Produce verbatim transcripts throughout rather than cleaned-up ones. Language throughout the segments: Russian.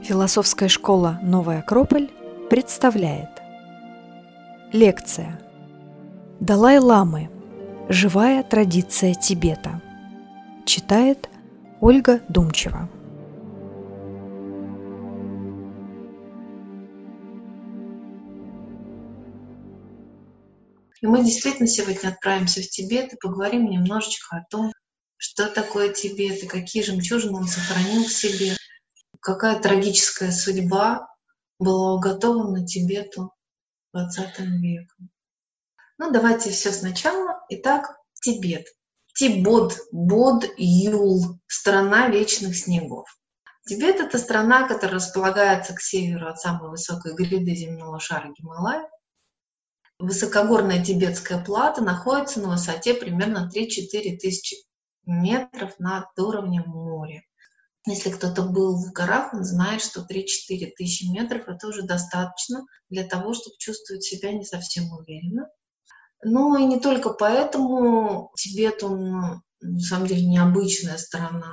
Философская школа «Новая Акрополь» представляет. Лекция Далай-ламы. Живая традиция Тибета. Читает Ольга Думчева. И мы действительно сегодня отправимся в Тибет и поговорим немножечко о том, что такое Тибет и какие жемчужины он сохранил в себе, какая трагическая судьба была уготована Тибету двадцатым веком. Ну, давайте все сначала. Итак, Тибет. Тибот, Бод-Юл, страна вечных снегов. Тибет — это страна, которая располагается к северу от самой высокой гряды земного шара Гималая. Высокогорная тибетская плата находится на высоте примерно три-четыре тысячи метров над уровнем моря. Если кто-то был в горах, он знает, что три-четыре тысячи метров — это уже достаточно для того, чтобы чувствовать себя не совсем уверенно. Но и не только поэтому Тибет, он на самом деле необычная страна.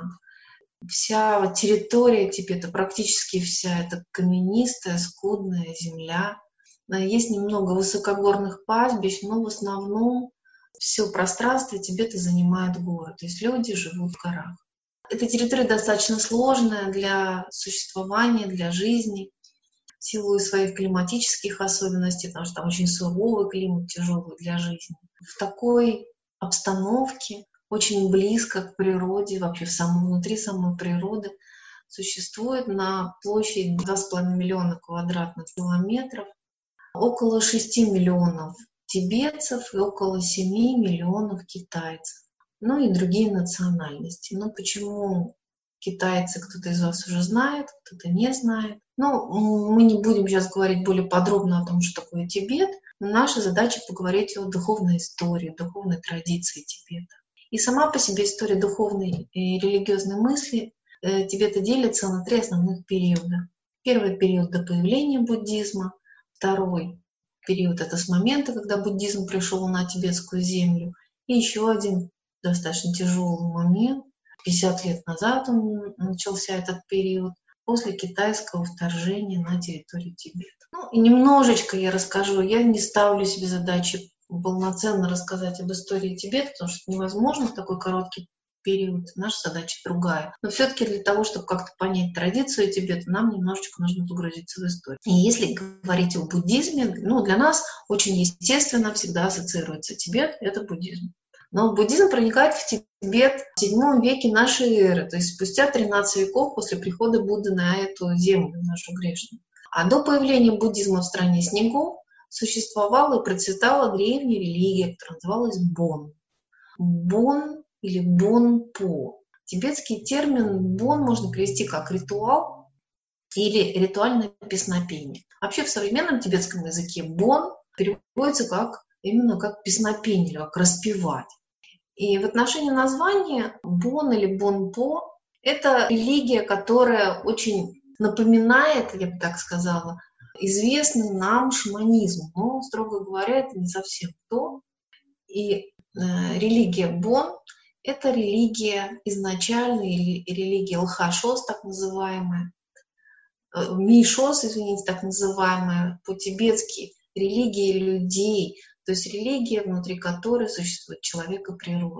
Вся территория Тибета, практически вся, это каменистая, скудная земля. Есть немного высокогорных пастбищ, но в основном все пространство Тибета занимает горы, то есть люди живут в горах. Эта территория достаточно сложная для существования, для жизни, в силу своих климатических особенностей, потому что там очень суровый климат, тяжелый для жизни. В такой обстановке, очень близко к природе, вообще в самом, внутри самой природы, существует на площади два с половиной миллиона квадратных километров около шести миллионов тибетцев и около семи миллионов китайцев. Ну и другие национальности. Но почему китайцы, кто-то из вас уже знает, кто-то не знает. Ну, мы не будем сейчас говорить более подробно о том, что такое Тибет. Но наша задача поговорить о духовной истории, духовной традиции Тибета. И сама по себе история духовной и религиозной мысли Тибета делится на три основных периода. Первый период — до появления буддизма. Второй период — это с момента, когда буддизм пришел на тибетскую землю. И еще один достаточно тяжелый момент. пятьдесят лет назад он начался этот период, после китайского вторжения на территорию Тибета. Ну и немножечко я расскажу. Я не ставлю себе задачи полноценно рассказать об истории Тибета, потому что невозможно в такой короткий период. Наша задача другая. Но все-таки для того, чтобы как-то понять традицию Тибета, нам немножечко нужно погрузиться в историю. И если говорить о буддизме, ну, для нас очень естественно всегда ассоциируется Тибет — это буддизм. Но буддизм проникает в Тибет в седьмом веке нашей эры, то есть спустя тринадцать веков после прихода Будды на эту землю, нашу грешную. А до появления буддизма в стране снегов существовала и процветала древняя религия, которая называлась Бон. Бон или Бонпо. Тибетский термин Бон можно перевести как ритуал или ритуальное песнопение. Вообще в современном тибетском языке Бон переводится как именно как песнопение или как распевать. И в отношении названия Бон или Бонпо — это религия, которая очень напоминает, я бы так сказала, известный нам шаманизм. Но, строго говоря, это не совсем то. И э, религия Бон — это религия изначальная, религия Лха-Шос, так называемая, э, Ми-Шос, извините, так называемая, по-тибетски религия людей, то есть религия, внутри которой существует человек и природа.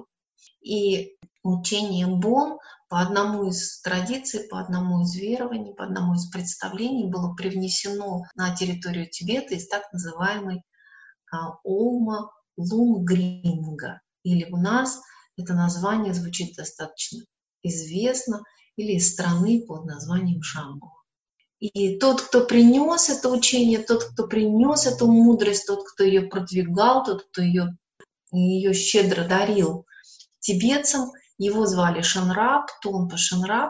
И учение Бон по одному из традиций, по одному из верований, по одному из представлений было привнесено на территорию Тибета из так называемой а, Олма Лунгринга. Или у нас это название звучит достаточно известно, или из страны под названием Шамбу. И тот, кто принес это учение, тот, кто принес эту мудрость, тот, кто ее продвигал, тот, кто ее, ее щедро дарил тибетцам, его звали Шанраб, Тонпа Шанраб.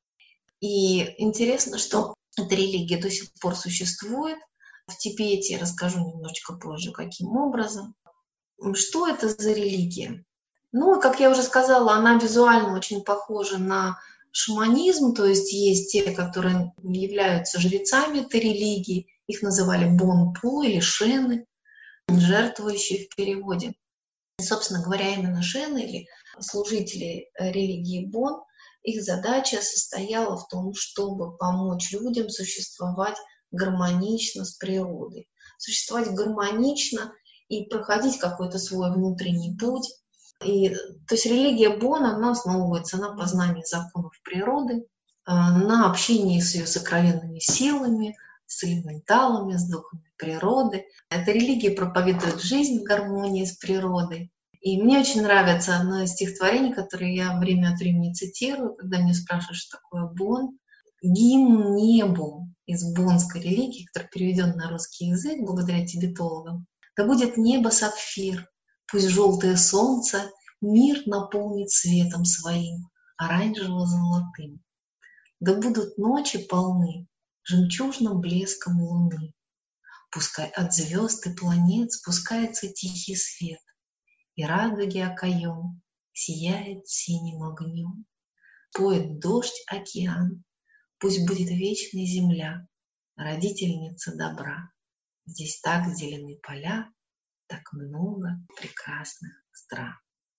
И интересно, что эта религия до сих пор существует в Тибете. Я расскажу немножечко позже, каким образом. Что это за религия? Ну, как я уже сказала, она визуально очень похожа на шаманизм, то есть есть те, которые являются жрецами этой религии, их называли бонпу или шены, жертвующие в переводе. И, собственно говоря, именно шены или служители религии Бон Их задача состояла в том, чтобы помочь людям существовать гармонично с природой. Существовать гармонично и проходить какой-то свой внутренний путь. И, то есть религия Бон, она основывается на познании законов природы, на общении с ее сокровенными силами, с элементалами, с духами природы. Эта религия проповедует жизнь в гармонии с природой. И мне очень нравится одно из стихотворений, которые я время от времени цитирую, когда меня спрашивают, что такое Бон. Гимн небу из бонской религии, который переведен на русский язык благодаря тибетологам. Да будет небо сапфир, пусть желтое солнце мир наполнит светом своим, оранжево-золотым. Да будут ночи полны жемчужным блеском луны. Пускай от звезд и планет спускается тихий свет, и радуги окоем сияет синим огнем. Поет дождь океан, пусть будет вечной земля, родительница добра. Здесь так зелены поля, так много прекрасных стран.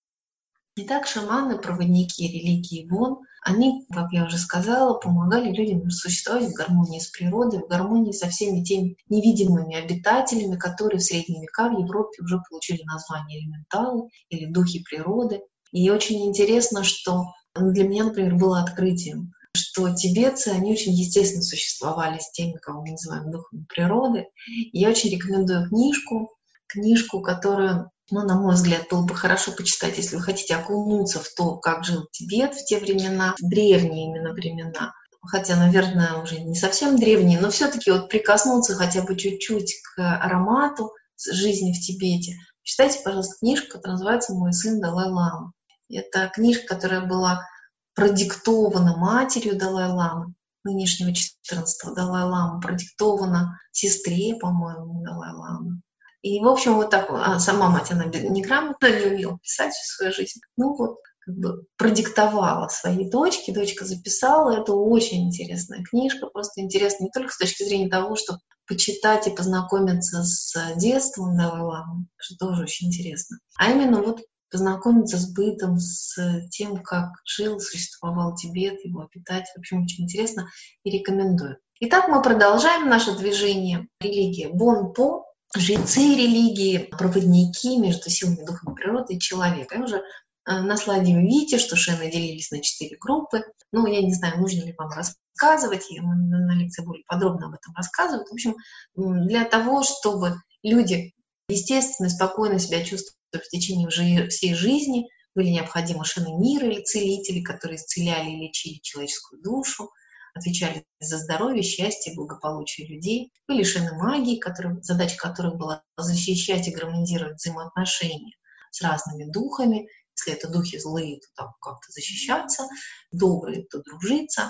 Итак, шаманы, проводники религии Бон, они, как я уже сказала, помогали людям существовать в гармонии с природой, в гармонии со всеми теми невидимыми обитателями, которые в средние века в Европе уже получили название элементалы или духи природы. И очень интересно, что для меня, например, было открытием, что тибетцы, они очень естественно существовали с теми, кого мы называем духами природы. И я очень рекомендую книжку, книжку, которую, ну, на мой взгляд, было бы хорошо почитать, если вы хотите окунуться в то, как жил Тибет в те времена, в древние именно времена. Хотя, наверное, уже не совсем древние, но все-таки вот прикоснуться хотя бы чуть-чуть к аромату жизни в Тибете. Читайте, пожалуйста, книжку, которая называется «Мой сын Далай-лама». Это книжка, которая была продиктована матерью Далай-ламы, нынешнего четырнадцатого Далай-ламы, продиктована сестре, по-моему, Далай-ламы. И, в общем, вот так, а сама мать, она неграмотно, не умела писать всю свою жизнь. Ну вот, как бы продиктовала своей дочке, дочка записала. Это очень интересная книжка, просто интересно не только с точки зрения того, что почитать и познакомиться с детством Далай-ламы, что тоже очень интересно, а именно вот познакомиться с бытом, с тем, как жил, существовал Тибет, его обитать. В общем, очень интересно и рекомендую. Итак, мы продолжаем наше движение религии Бонпо, жрецы религии, проводники между силами духа природы и человека. И уже на слайде вы видите, что шены делились на четыре группы. Ну, я не знаю, нужно ли вам рассказывать, я на лекции более подробно об этом рассказываю. В общем, для того, чтобы люди естественно, спокойно себя чувствовали в течение всей жизни, были необходимы шены мира или целители, которые исцеляли и лечили человеческую душу, отвечали за здоровье, счастье, благополучие людей. Были шены магии, которые, задача которых была защищать и гармонизировать взаимоотношения с разными духами. Если это духи злые, то там как-то защищаться, добрые, то дружиться.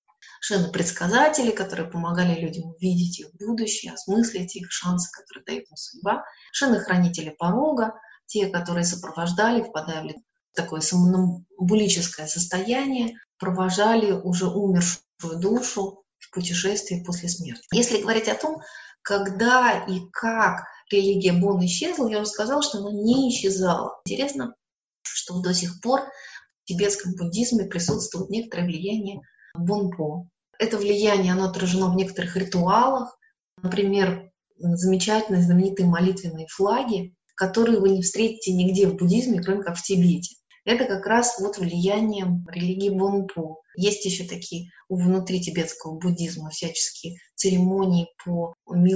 Шены-предсказатели, которые помогали людям увидеть их будущее, осмыслить их шансы, которые дает им судьба. Шены-хранители порога, те, которые сопровождали, впадая в такое сомнамбулическое состояние, провожали уже умершую душу в путешествии после смерти. Если говорить о том, когда и как религия Бон исчезла, я уже сказала, что она не исчезала. Интересно, что до сих пор в тибетском буддизме присутствует некоторое влияние Бонпо. Это влияние, оно отражено в некоторых ритуалах. Например, замечательные знаменитые молитвенные флаги, которые вы не встретите нигде в буддизме, кроме как в Тибете. Это как раз вот влияние религии Бонпо. Есть еще такие внутри тибетского буддизма всяческие церемонии по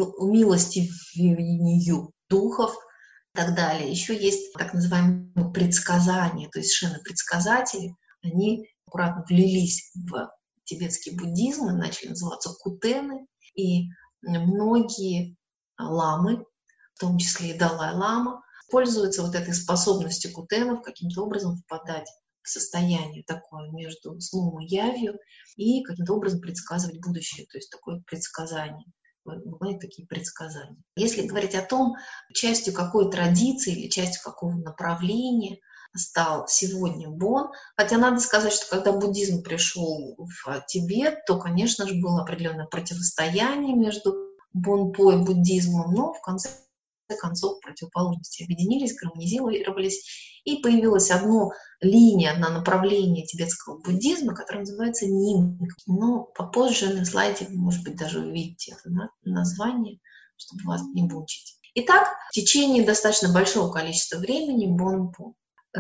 умилостивлению духов и так далее. Еще есть так называемые предсказания, то есть шены-предсказатели, они аккуратно влились в тибетский буддизм и начали называться кутены, и многие ламы, в том числе и Далай-лама, пользуются вот этой способностью кутенов каким-то образом впадать в состояние такое между сном и явью и каким-то образом предсказывать будущее, то есть такое предсказание, бывают такие предсказания. Если говорить о том, частью какой традиции или частью какого направления стал сегодня Бон. Хотя надо сказать, что когда буддизм пришел в Тибет, то, конечно же, было определенное противостояние между Бонпо и буддизмом, но в конце концов противоположности объединились, гармонизировались, и появилась одна линия, одно направление тибетского буддизма, которое называется Нинг. Но попозже на слайде вы, может быть, даже увидите это название, чтобы вас не мучить. Итак, в течение достаточно большого количества времени Бонпо.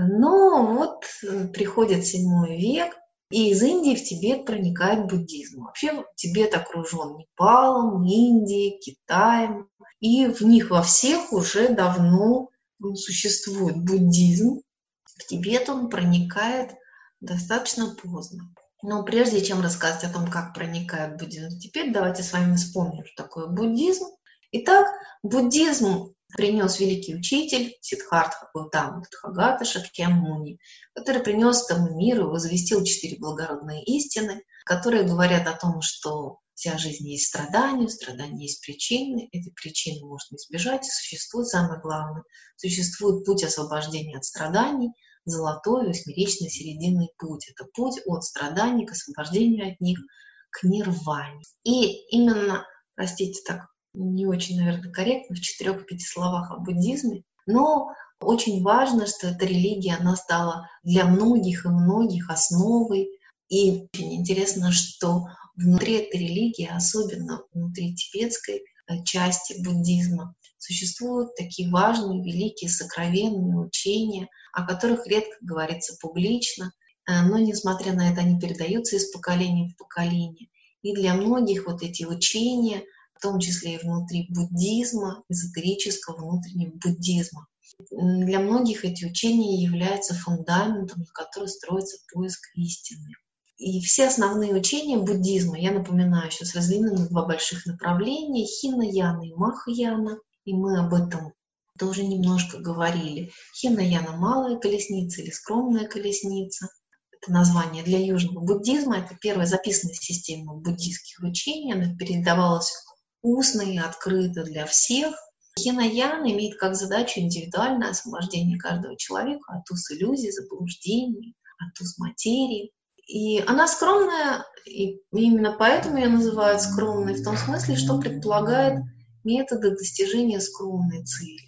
Но вот приходит седьмой век, и из Индии в Тибет проникает буддизм. Вообще Тибет окружен Непалом, Индией, Китаем, и в них во всех уже давно существует буддизм. В Тибет он проникает достаточно поздно. Но прежде чем рассказать о том, как проникает буддизм в Тибет, давайте с вами вспомним, что такое буддизм. Итак, буддизм принес великий учитель Сиддхартха Гаутама Тадхагата Шакьямуни, который принес этому миру и возвестил четыре благородные истины, которые говорят о том, что вся жизнь есть страдания, страдания есть причины, эти причины можно избежать, и существует самое главное, существует путь освобождения от страданий, золотой восьмеричный серединный путь. Это путь от страданий к освобождению от них, к нирване. И именно, простите, так не очень, наверное, корректно в четырех-пяти словах о буддизме, но очень важно, что эта религия, она стала для многих и многих основой. И очень интересно, что внутри этой религии, особенно внутри тибетской части буддизма, существуют такие важные, великие, сокровенные учения, о которых редко говорится публично, но, несмотря на это, они передаются из поколения в поколение. И для многих вот эти учения, в том числе и внутри буддизма, эзотерического внутреннего буддизма, для многих эти учения являются фундаментом, на который строится поиск истины. И все основные учения буддизма, я напоминаю, сейчас разделены на два больших направления — Хинаяна и Махаяна, и мы об этом тоже немножко говорили. Хинаяна — малая колесница или скромная колесница. Это название для южного буддизма. Это первая записанная система буддийских учений. Она передавалась устно и открыто для всех. Хинаяна имеет как задачу индивидуальное освобождение каждого человека от уз иллюзий, заблуждений, от уз материи. И она скромная, и именно поэтому ее называют скромной, в том смысле, что предполагает методы достижения скромной цели.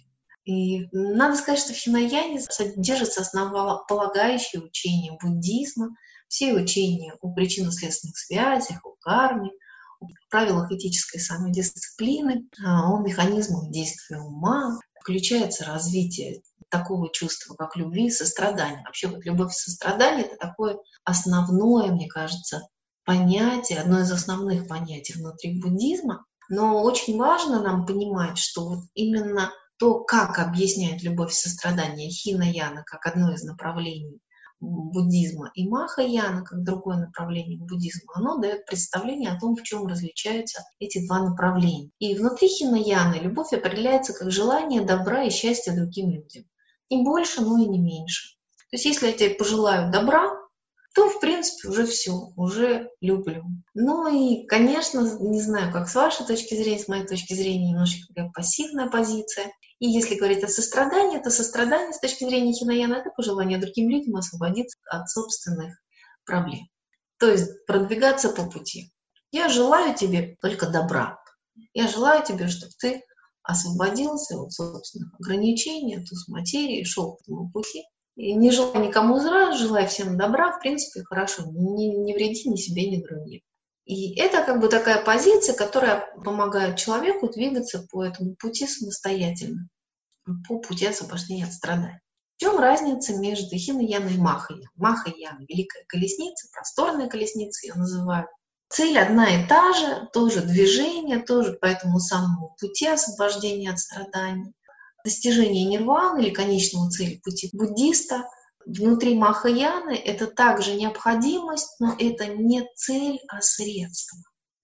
И надо сказать, что в Хинаяне содержатся основополагающие учения буддизма, все учения о причинно-следственных связях, о карме, о правилах этической самодисциплины, о механизмах действия ума. Включается развитие такого чувства, как любви и сострадания. Вообще вот любовь и сострадание — это такое основное, мне кажется, понятие, одно из основных понятий внутри буддизма. Но очень важно нам понимать, что вот именно то, как объясняют любовь и сострадание Хинаяна как одно из направлений буддизма и Махаяна как другое направление буддизма, оно дает представление о том, в чем различаются эти два направления. И внутри Хинаяны любовь определяется как желание добра и счастья другим людям. Не больше, но и не меньше. То есть если я тебе пожелаю добра, то, в принципе, уже все, уже люблю. Ну и, конечно, не знаю, как с вашей точки зрения, с моей точки зрения, немножечко такая пассивная позиция. И если говорить о сострадании, то сострадание с точки зрения Хинаяна — это пожелание другим людям освободиться от собственных проблем. То есть продвигаться по пути. Я желаю тебе только добра. Я желаю тебе, чтобы ты освободился от собственных ограничений, от уз материи, шел по этому пути. И не желай никому зла, желай всем добра, в принципе, хорошо, не, не вреди ни себе, ни другим. И это как бы такая позиция, которая помогает человеку двигаться по этому пути самостоятельно, по пути освобождения от страданий. В чем разница между Хинаяной и Махаяной? Махаяна — великая колесница, просторная колесница ее называют. Цель одна и та же, тоже движение, тоже по этому самому пути освобождения от страданий. Достижение нирваны или конечного цели пути буддиста внутри Махаяны — это также необходимость, но это не цель, а средство.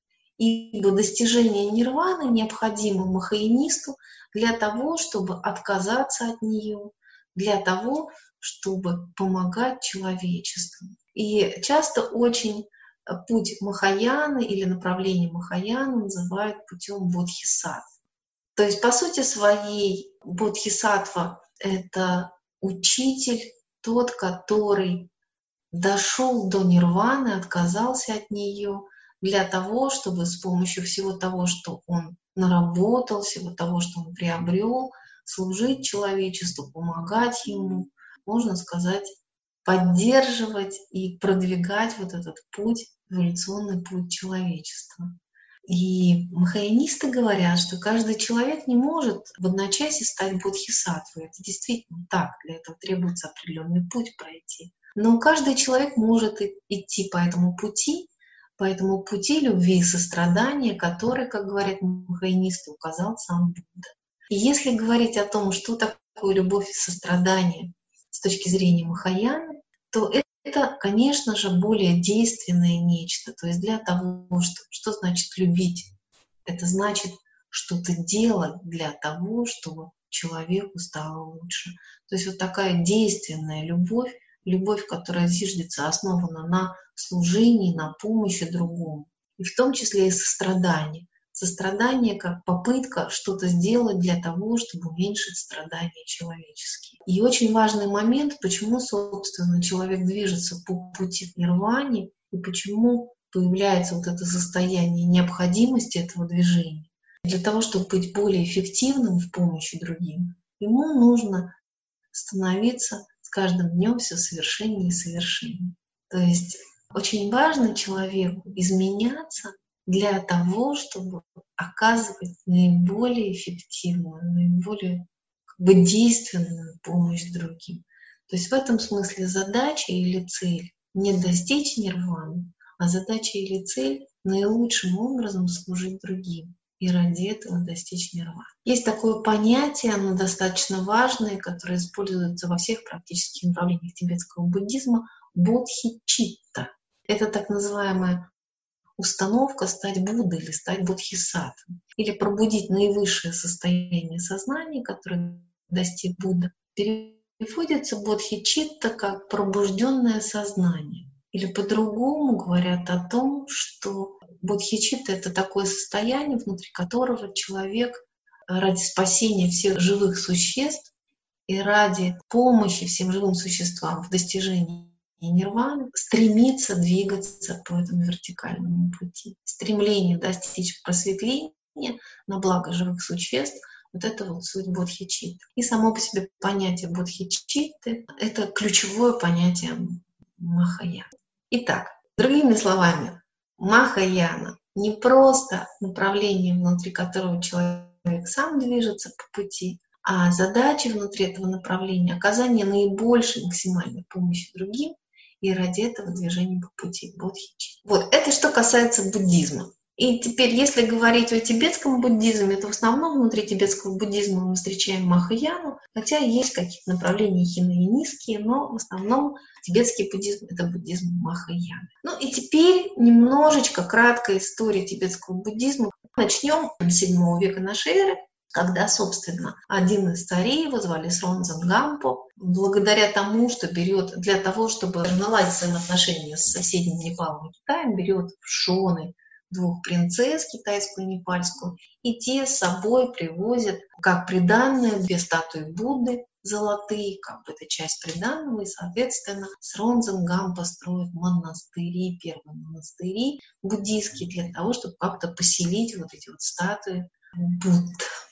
Ибо достижение нирваны необходимо махаянисту для того, чтобы отказаться от нее, для того, чтобы помогать человечеству. И часто очень путь Махаяны или направление Махаяны называют путем бодхисаттвы. То есть, по сути своей, бодхисаттва — это учитель, тот, который дошел до нирваны, отказался от нее для того, чтобы с помощью всего того, что он наработал, всего того, что он приобрел, служить человечеству, помогать ему, можно сказать, поддерживать и продвигать вот этот путь, эволюционный путь человечества. И махаянисты говорят, что каждый человек не может в одночасье стать бодхисаттвой. Это действительно так, для этого требуется определенный путь пройти. Но каждый человек может идти по этому пути, по этому пути любви и сострадания, который, как говорят махаянисты, указал сам Будда. И если говорить о том, что такое любовь и сострадание с точки зрения Махаяны, то это Это, конечно же, более действенное нечто. То есть для того, что, что значит любить? Это значит что-то делать для того, чтобы человеку стало лучше. То есть вот такая действенная любовь, любовь, которая зиждется, основана на служении, на помощи другому. И в том числе и сострадание. Сострадание как попытка что-то сделать для того, чтобы уменьшить страдания человеческие. И очень важный момент, почему, собственно, человек движется по пути к нирване, и почему появляется вот это состояние необходимости этого движения. Для того, чтобы быть более эффективным в помощи другим, ему нужно становиться с каждым днем все совершеннее и совершеннее. То есть очень важно человеку изменяться для того, чтобы оказывать наиболее эффективную, наиболее как бы действенную помощь другим. То есть в этом смысле задача или цель не достичь нирваны, а задача или цель наилучшим образом служить другим и ради этого достичь нирваны. Есть такое понятие, оно достаточно важное, которое используется во всех практических направлениях тибетского буддизма — бодхичитта. Это так называемая установка стать Буддой или стать бодхисаттвой, или пробудить наивысшее состояние сознания, которое достиг Будда. Переводится бодхичитта как пробужденное сознание. Или по-другому говорят о том, что бодхичитта — это такое состояние, внутри которого человек ради спасения всех живых существ и ради помощи всем живым существам в достижении и нирваны стремится двигаться по этому вертикальному пути. Стремление достичь просветления на благо живых существ — вот это вот суть бодхичитты. И само по себе понятие бодхичитты — это ключевое понятие Махаяны. Итак, другими словами, Махаяна не просто направление, внутри которого человек сам движется по пути, а задача внутри этого направления — оказание наибольшей максимальной помощи другим, и ради этого движения по пути бодхичитты. Вот, это что касается буддизма. И теперь, если говорить о тибетском буддизме, то в основном внутри тибетского буддизма мы встречаем Махаяну, хотя есть какие-то направления хинаянистские, но в основном тибетский буддизм — это буддизм Махаяны. Ну и теперь немножечко краткая история тибетского буддизма. Начнем с седьмого века нашей эры, когда, собственно, один из царей, его звали Сронзен Гампо, благодаря тому, что берет для того, чтобы наладить взаимоотношения с соседним Непалом и Китаем, берет в шоны двух принцесс, китайскую и непальскую, и те с собой привозят как приданное две статуи Будды золотые, как бы это часть приданного, и, соответственно, Сронзен Гампо строит монастыри, первые монастыри буддийские, для того, чтобы как-то поселить вот эти вот статуи Будд.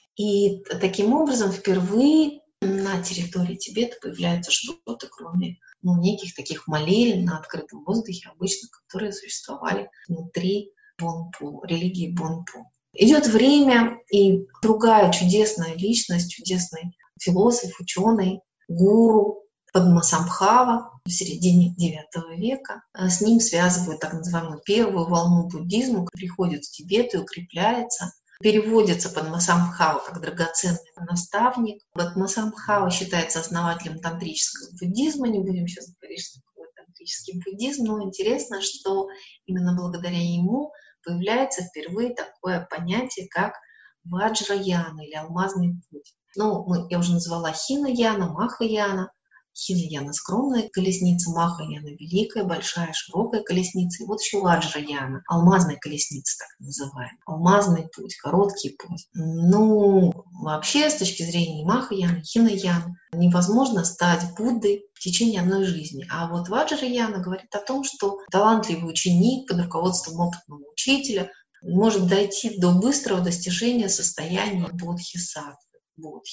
И таким образом впервые на территории Тибета появляется что-то, кроме ну, неких таких молелин на открытом воздухе, обычно, которые существовали внутри Бонпо, религии Бонпо. Идет время, и другая чудесная личность, чудесный философ, ученый, гуру Падмасамбхава в середине девятого века. С ним связывают так называемую первую волну буддизма, приходит в Тибет и укрепляется. Переводится Падмасамбхава как драгоценный наставник. Падмасамбхава считается основателем тантрического буддизма. Не будем сейчас говорить, что такое тантрический буддизм, но интересно, что именно благодаря ему появляется впервые такое понятие, как ваджраяна или алмазный путь. Ну, мы, я уже назвала хинаяна, махаяна. Хинаяна — скромная колесница, махаяна — великая, большая, широкая колесница. И вот еще ваджраяна — алмазная колесница, так называемая. Алмазный путь, короткий путь. Ну, вообще, с точки зрения махаяны, хинаяны, невозможно стать Буддой в течение одной жизни. А вот ваджраяна говорит о том, что талантливый ученик под руководством опытного учителя может дойти до быстрого достижения состояния бодхисаттвы, бодхи.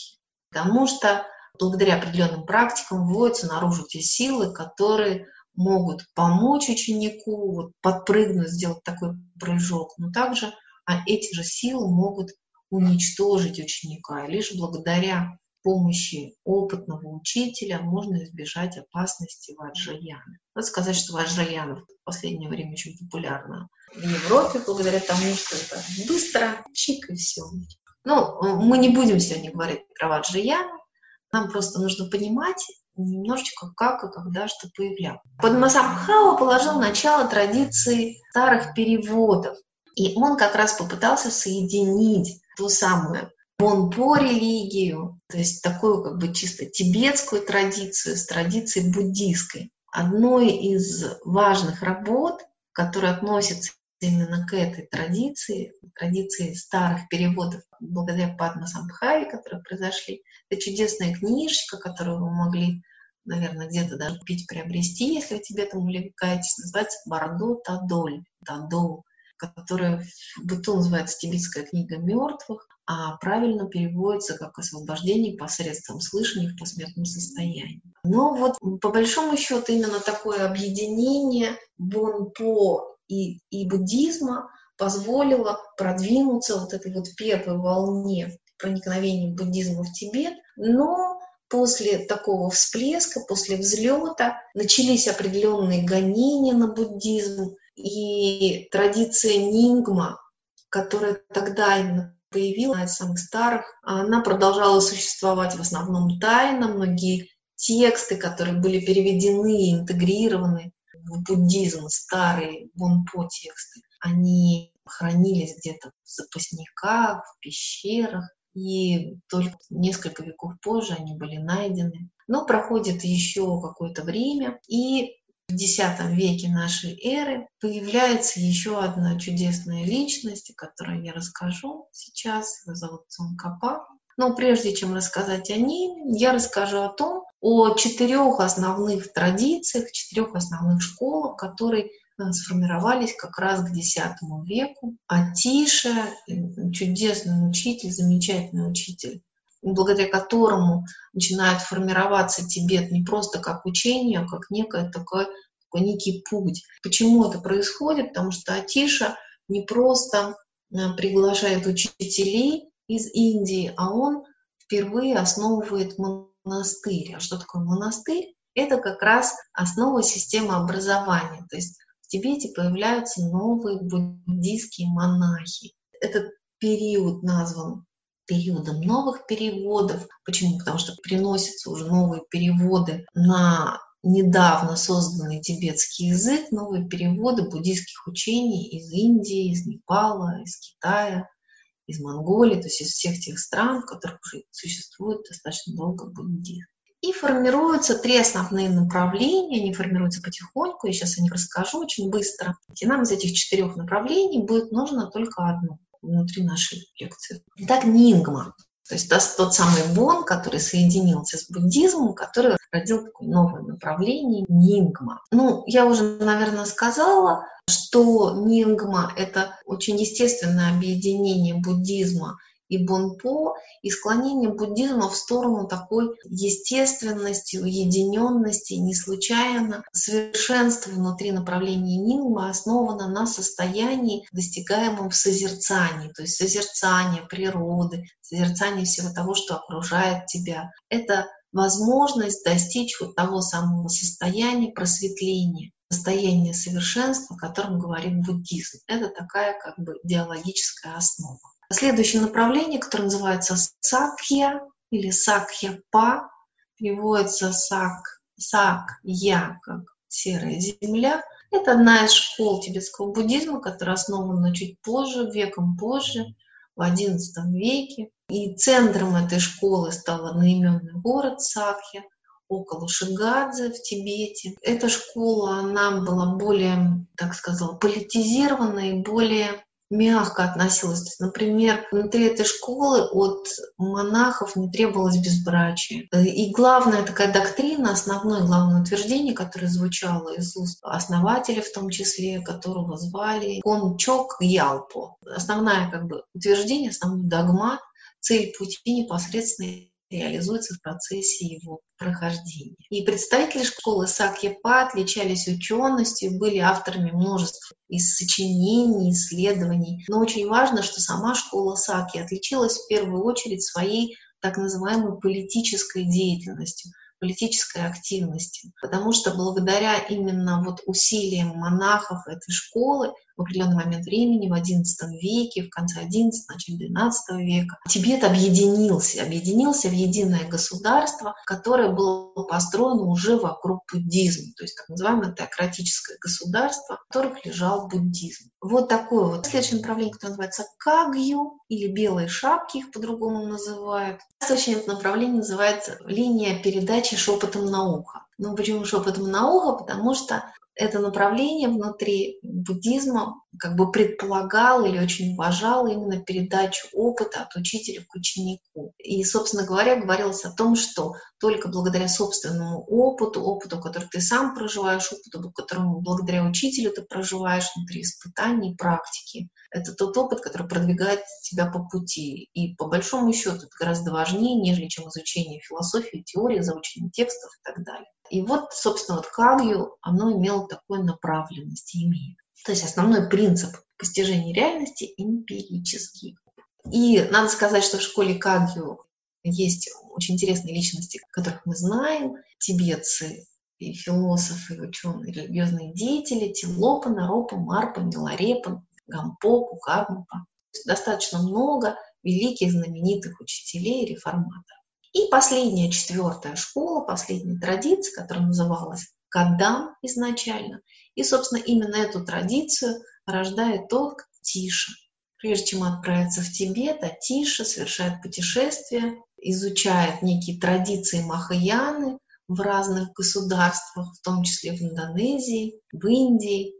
Потому что благодаря определенным практикам вводятся наружу те силы, которые могут помочь ученику вот, подпрыгнуть, сделать такой прыжок, но также а эти же силы могут уничтожить ученика. И лишь благодаря помощи опытного учителя можно избежать опасности ваджраяны. Надо сказать, что ваджраяна в последнее время очень популярна в Европе, благодаря тому, что это быстро, чик и все. Ну, мы не будем сегодня говорить про ваджраяну, нам просто нужно понимать немножечко, как и когда что появлялось. Падмасамбхава положил начало традиции старых переводов, и он как раз попытался соединить ту самую бонпо религию, то есть такую как бы чисто тибетскую традицию с традицией буддийской. Одной из важных работ, которая относится именно к этой традиции, традиции старых переводов, благодаря Падмасамбхаве, которые произошли, это чудесная книжечка, которую вы могли, наверное, где-то даже купить, приобрести, если вы Тибетом увлекаетесь, называется «Бардо Тадоль», Тадол, которая в быту называется «Тибетская книга мертвых», а правильно переводится как «Освобождение посредством слышания в посмертном состоянии». Но вот по большому счету именно такое объединение бонпо и, и буддизма позволило продвинуться вот этой вот первой волне проникновения буддизма в Тибет, но после такого всплеска, после взлета начались определенные гонения на буддизм, и традиция нингма, которая тогда именно появилась, одна из самых старых, она продолжала существовать в основном тайно. Многие тексты, которые были переведены и интегрированы в буддизм, старые бонпо тексты, они хранились где-то в запасниках, в пещерах, и только несколько веков позже они были найдены. Но проходит еще какое-то время, и в десятом веке нашей эры появляется еще одна чудесная личность, о которой я расскажу сейчас. Его зовут Цонгкапа. Но прежде чем рассказать о ней, я расскажу о том, о четырех основных традициях, четырех основных школах, которые сформировались как раз к десятому веку. Атиша, чудесный учитель, замечательный учитель, благодаря которому начинает формироваться Тибет не просто как учение, а как некое такое, такой некий путь. Почему это происходит? Потому что Атиша не просто приглашает учителей из Индии, а он впервые основывает монастырь. А что такое монастырь? Это как раз основа системы образования. То есть в Тибете появляются новые буддийские монахи. Этот период назван периодом новых переводов. Почему? Потому что приносятся уже новые переводы на недавно созданный тибетский язык, новые переводы буддийских учений из Индии, из Непала, из Китая, из Монголии, то есть из всех тех стран, в которых уже существует достаточно долго буддизм. И формируются три основные направления, они формируются потихоньку, я сейчас о них расскажу очень быстро. И нам из этих четырех направлений будет нужно только одно внутри нашей лекции. Итак, нингма, то есть тот самый бон, который соединился с буддизмом, который родил такое новое направление нингма. Ну, я уже, наверное, сказала, что нингма — это очень естественное объединение буддизма и бонпо, и склонение буддизма в сторону такой естественности, уединенности. Не случайно совершенство внутри направления нингма основано на состоянии, достигаемом в созерцании, то есть созерцание природы, созерцание всего того, что окружает тебя. Это возможность достичь вот того самого состояния просветления, состояния совершенства, о котором говорит буддизм. Это такая как бы идеологическая основа. Следующее направление, которое называется сакья или сакья-па, переводится сак, сак-я, как серая земля. Это одна из школ тибетского буддизма, которая основана чуть позже, веком позже, в одиннадцатом веке. И центром этой школы стал одноименный город Сакья, около Шигадзе в Тибете. Эта школа, она была более, так сказать, политизированная и более мягко относилась. То есть, например, внутри этой школы от монахов не требовалось безбрачия. И главная такая доктрина, основное главное утверждение, которое звучало из уст основателя, в том числе, которого звали Кончок Ялпо. Основное как бы утверждение, основной догмат, цель пути непосредственно реализуется в процессе его прохождения. И представители школы Сакья-Па отличались ученостью, были авторами множества из сочинений, исследований. Но очень важно, что сама школа Сакья отличилась в первую очередь своей так называемой политической деятельностью, политической активностью. Потому что благодаря именно вот усилиям монахов этой школы в определенный момент времени, в одиннадцатом веке, в конце одиннадцатого, начале двенадцатого века, Тибет объединился, объединился в единое государство, которое было построено уже вокруг буддизма, то есть так называемое теократическое государство, в которых лежал буддизм. Вот такое вот. Следующее направление, которое называется Кагью, или белые шапки их по-другому называют. Следующее направление называется линия передачи шепотом на ухо. Ну почему шепотом на ухо? Потому что это направление внутри буддизма как бы предполагало или очень уважало именно передачу опыта от учителя к ученику. И, собственно говоря, говорилось о том, что только благодаря собственному опыту, опыту, который ты сам проживаешь, опыту, которому благодаря учителю ты проживаешь внутри испытаний, практики, это тот опыт, который продвигает тебя по пути. И по большому счету это гораздо важнее, нежели чем изучение философии, теории, заучение текстов и так далее. И вот, собственно, вот Кагью, оно имело такую направленность, имеет. То есть основной принцип постижения реальности эмпирический. И надо сказать, что в школе Кагью есть очень интересные личности, которых мы знаем, тибетцы, и философы, и ученые, и религиозные деятели, Тилопа, Наропа, Марпа, Миларепа, Гампоку, Кармапа. Достаточно много великих, знаменитых учителей и реформаторов. И последняя, четвертая школа, последняя традиция, которая называлась Кадам изначально. И, собственно, именно эту традицию рождает тот Атиша. Прежде чем отправиться в Тибет, Атиша совершает путешествие, изучает некие традиции Махаяны в разных государствах, в том числе в Индонезии, в Индии.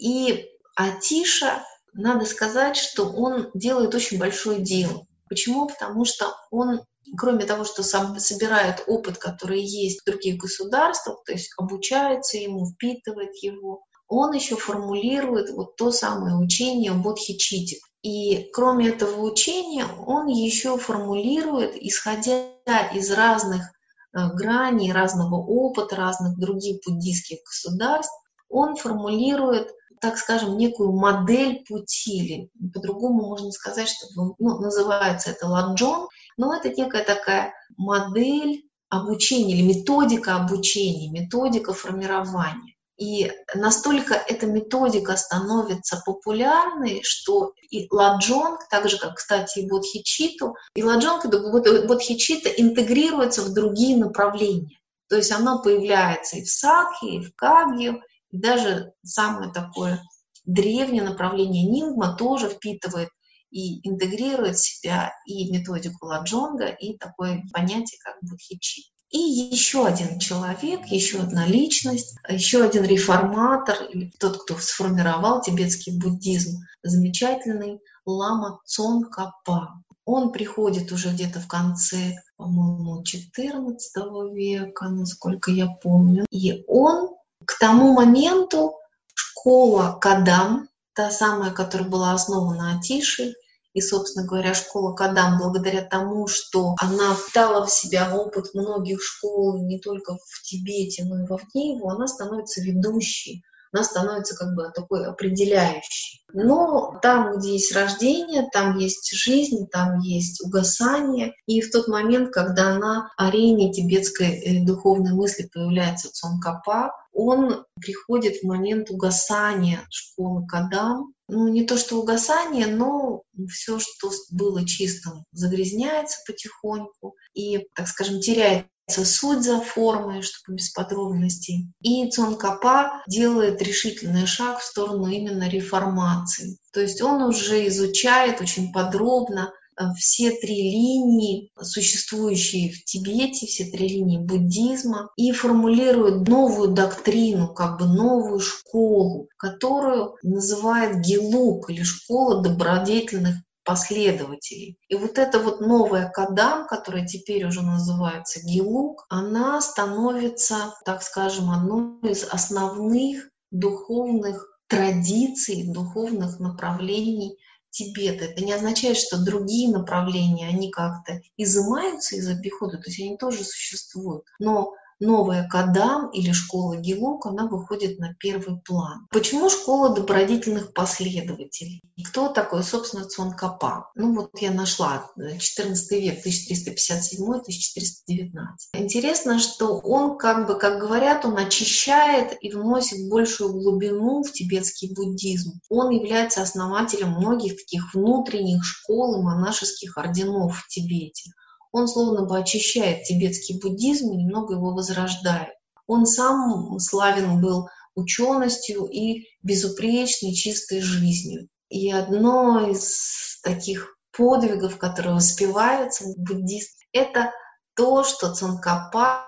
И Атиша, надо сказать, что он делает очень большое дело. Почему? Потому что он, кроме того, что сам собирает опыт, который есть в других государствах, то есть обучается ему, впитывает его, он еще формулирует вот то самое учение бодхичитти. И кроме этого учения, он еще формулирует, исходя из разных граней, разного опыта, разных других буддийских государств, он формулирует, так скажем, некую модель пути, или по-другому можно сказать, что ну, называется это ладжон, но это некая такая модель обучения или методика обучения, методика формирования. И настолько эта методика становится популярной, что и ладжонг, так же, как, кстати, и бодхичитту, и ладжонг, и бодхичитта интегрируются в другие направления. То есть оно появляется и в садхи, и в кагью, и даже самое такое древнее направление нингма тоже впитывает и интегрирует в себя и методику ладжонга, и такое понятие, как бодхичитта. И еще один человек, еще одна личность, еще один реформатор, или тот, кто сформировал тибетский буддизм, замечательный лама Цонкапа. Он приходит уже где-то в конце, по-моему, четырнадцатого века, насколько я помню. И он к тому моменту, школа Кадам, та самая, которая была основана Атишей, и, собственно говоря, школа Кадам, благодаря тому, что она впитала в себя опыт многих школ, не только в Тибете, но и вовне его, она становится ведущей, она становится как бы такой определяющей. Но там, где есть рождение, там есть жизнь, там есть угасание. И в тот момент, когда на арене тибетской духовной мысли появляется Цонкапа, он приходит в момент угасания школы Кадам. Ну, не то что угасание, но все, что было чистым, загрязняется потихоньку и, так скажем, теряет суть за формой, чтобы без подробностей. И Цонкапа делает решительный шаг в сторону именно реформации. То есть он уже изучает очень подробно все три линии, существующие в Тибете, все три линии буддизма, и формулирует новую доктрину, как бы новую школу, которую называет Гелук, или школа добродетельных последователей. И вот эта вот новая Кадам, которая теперь уже называется Гелук, она становится, так скажем, одной из основных духовных традиций, духовных направлений тебе-то. Это не означает, что другие направления, они как-то изымаются из обихода, то есть они тоже существуют. Но новая Кадам или школа Гелук, она выходит на первый план. Почему школа добродетельных последователей? И кто такой, собственно, Цонкапа? Ну вот я нашла четырнадцатый век, тысяча триста пятьдесят седьмой — тысяча четыреста девятнадцатый. Интересно, что он, как бы, как говорят, он очищает и вносит большую глубину в тибетский буддизм. Он является основателем многих таких внутренних школ и монашеских орденов в Тибете. Он словно бы очищает тибетский буддизм и немного его возрождает. Он сам славен был ученостью и безупречной, чистой жизнью. И одно из таких подвигов, которые воспеваются в буддизме, это то, что Цонкапа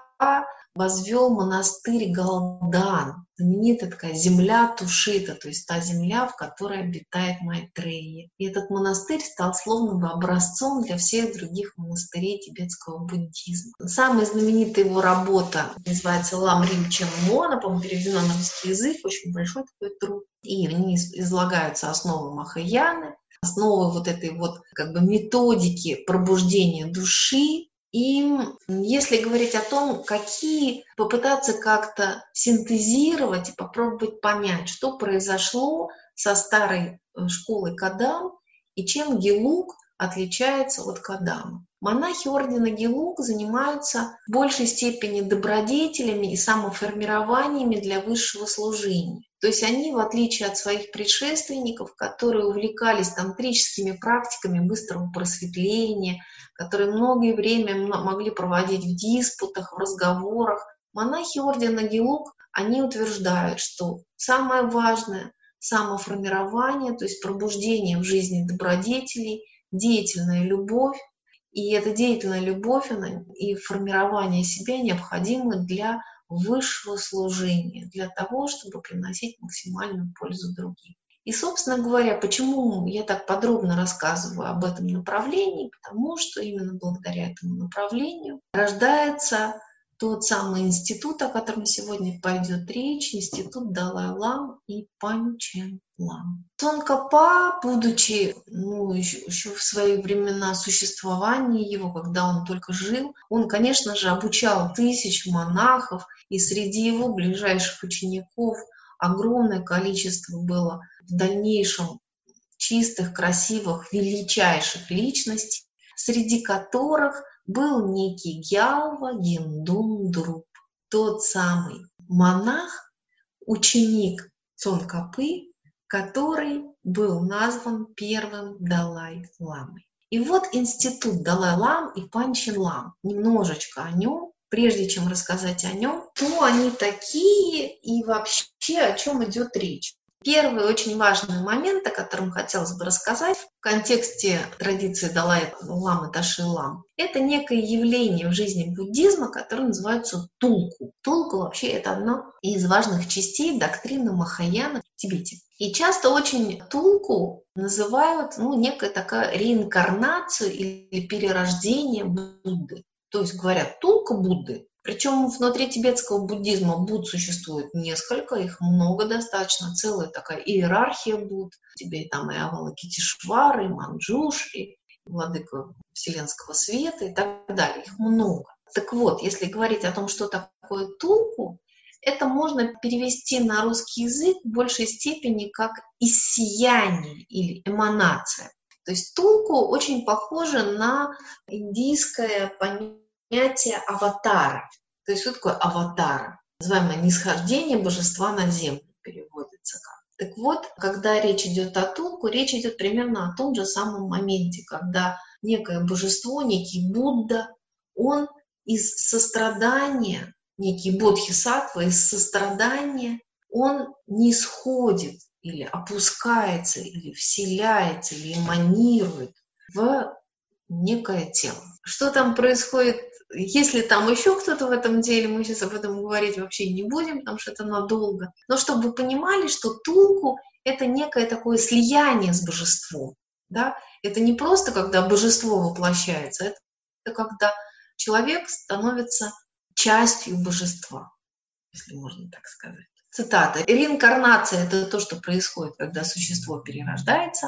возвел монастырь Галдан, знаменитая такая земля Тушита, то есть та земля, в которой обитает Майтрея. И этот монастырь стал словно бы образцом для всех других монастырей тибетского буддизма. Самая знаменитая его работа называется «Лам Римчен Мо», она, по-моему, переведена на русский язык, очень большой такой труд. И в ней излагаются основы Махаяны, основы вот этой вот как бы методики пробуждения души. И если говорить о том, какие попытаться как-то синтезировать и попробовать понять, что произошло со старой школой Кадам и чем Гелук отличается от Кадама. Монахи ордена Гелук занимаются в большей степени добродетелями и самоформированиями для высшего служения. То есть они, в отличие от своих предшественников, которые увлекались тантрическими практиками быстрого просветления, которые многое время могли проводить в диспутах, в разговорах, монахи ордена Гелук, они утверждают, что самое важное – самоформирование, то есть пробуждение в жизни добродетелей, деятельная любовь. И эта деятельная любовь она, и формирование себя необходимы для высшего служения, для того, чтобы приносить максимальную пользу другим. И, собственно говоря, почему я так подробно рассказываю об этом направлении? Потому что именно благодаря этому направлению рождается тот самый институт, о котором сегодня пойдет речь, институт Далай-Лам и Панчен Лам. Цонкапа, будучи ну, еще, еще в свои времена существования его, когда он только жил, он, конечно же, обучал тысяч монахов, и среди его ближайших учеников огромное количество было в дальнейшем чистых, красивых, величайших личностей, среди которых был некий Гялва Гиндун Друп, тот самый монах, ученик Цонкапы, который был назван первым Далай-ламой. И вот институт Далай-лам и Панчен Лам. Немножечко о нем, прежде чем рассказать о нем, кто они такие и вообще о чем идет речь. Первый очень важный момент, о котором хотелось бы рассказать в контексте традиции Далай-ламы Таши-лам, это некое явление в жизни буддизма, которое называется тулку. Тулку вообще это одна из важных частей доктрины Махаяны в Тибете. И часто очень тулку называют ну, некая такая реинкарнацию или перерождение Будды. То есть говорят тулка Будды. Причем внутри тибетского буддизма Будд существует несколько, их много достаточно, целая такая иерархия Будд. Тебе там и Авалокитешвара, и Манджуш, и владыка Вселенского Света и так далее. Их много. Так вот, если говорить о том, что такое тулку, это можно перевести на русский язык в большей степени как иссияние или эманация. То есть тулку очень похоже на индийское понятие понятие аватара. То есть что такое аватара? Называемое нисхождение божества на землю переводится как. Так вот, когда речь идет о тулку, речь идет примерно о том же самом моменте, когда некое божество, некий Будда, он из сострадания, некий бодхисаттва, из сострадания, он нисходит или опускается, или вселяется, или эманирует в некое тело. Что там происходит, если там еще кто-то в этом деле, мы сейчас об этом говорить вообще не будем, потому что это надолго. Но чтобы вы понимали, что тулку — это некое такое слияние с божеством. Да? Это не просто, когда божество воплощается, это, это когда человек становится частью божества, если можно так сказать. Цитата. «Реинкарнация — это то, что происходит, когда существо перерождается.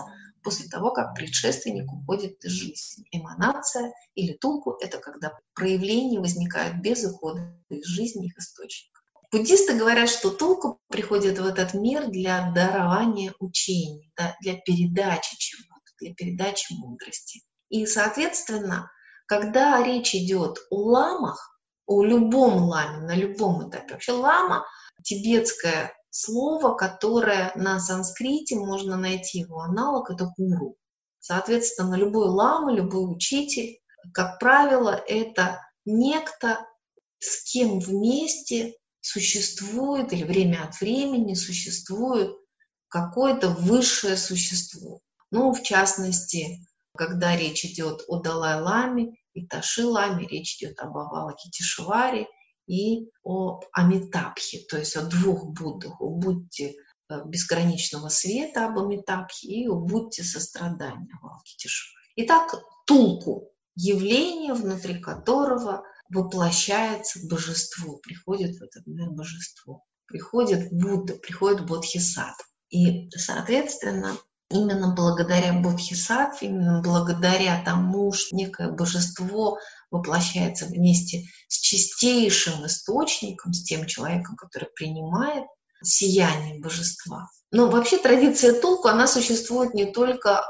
после того, как предшественник уходит из жизни. Эманация или тулку – это когда проявления возникают без ухода из жизни их источника. Буддисты говорят, что тулку приходит в этот мир для дарования учений, да, для передачи чего-то, для передачи мудрости. И, соответственно, когда речь идет о ламах, о любом ламе, на любом этапе, вообще лама – тибетское слово, которое на санскрите можно найти, его аналог – это гуру. Соответственно, любой лама, любой учитель, как правило, это некто, с кем вместе существует или время от времени существует какое-то высшее существо. Ну, в частности, когда речь идет о Далай-ламе и Таши-ламе, речь идет об Авалокитешваре и о Амитабхе, то есть о двух Буддах, о Будде безграничного света, об Амитабхе, и о Будде сострадания, Авалокитешваре. Итак, тулку – явление, внутри которого воплощается божество, приходит в этот мир божество, приходит Будда, приходит Бодхисаттва. И, соответственно, именно благодаря Бодхисаттве, именно благодаря тому, что некое божество воплощается вместе с чистейшим источником, с тем человеком, который принимает сияние божества. Но вообще традиция тулку, она существует не только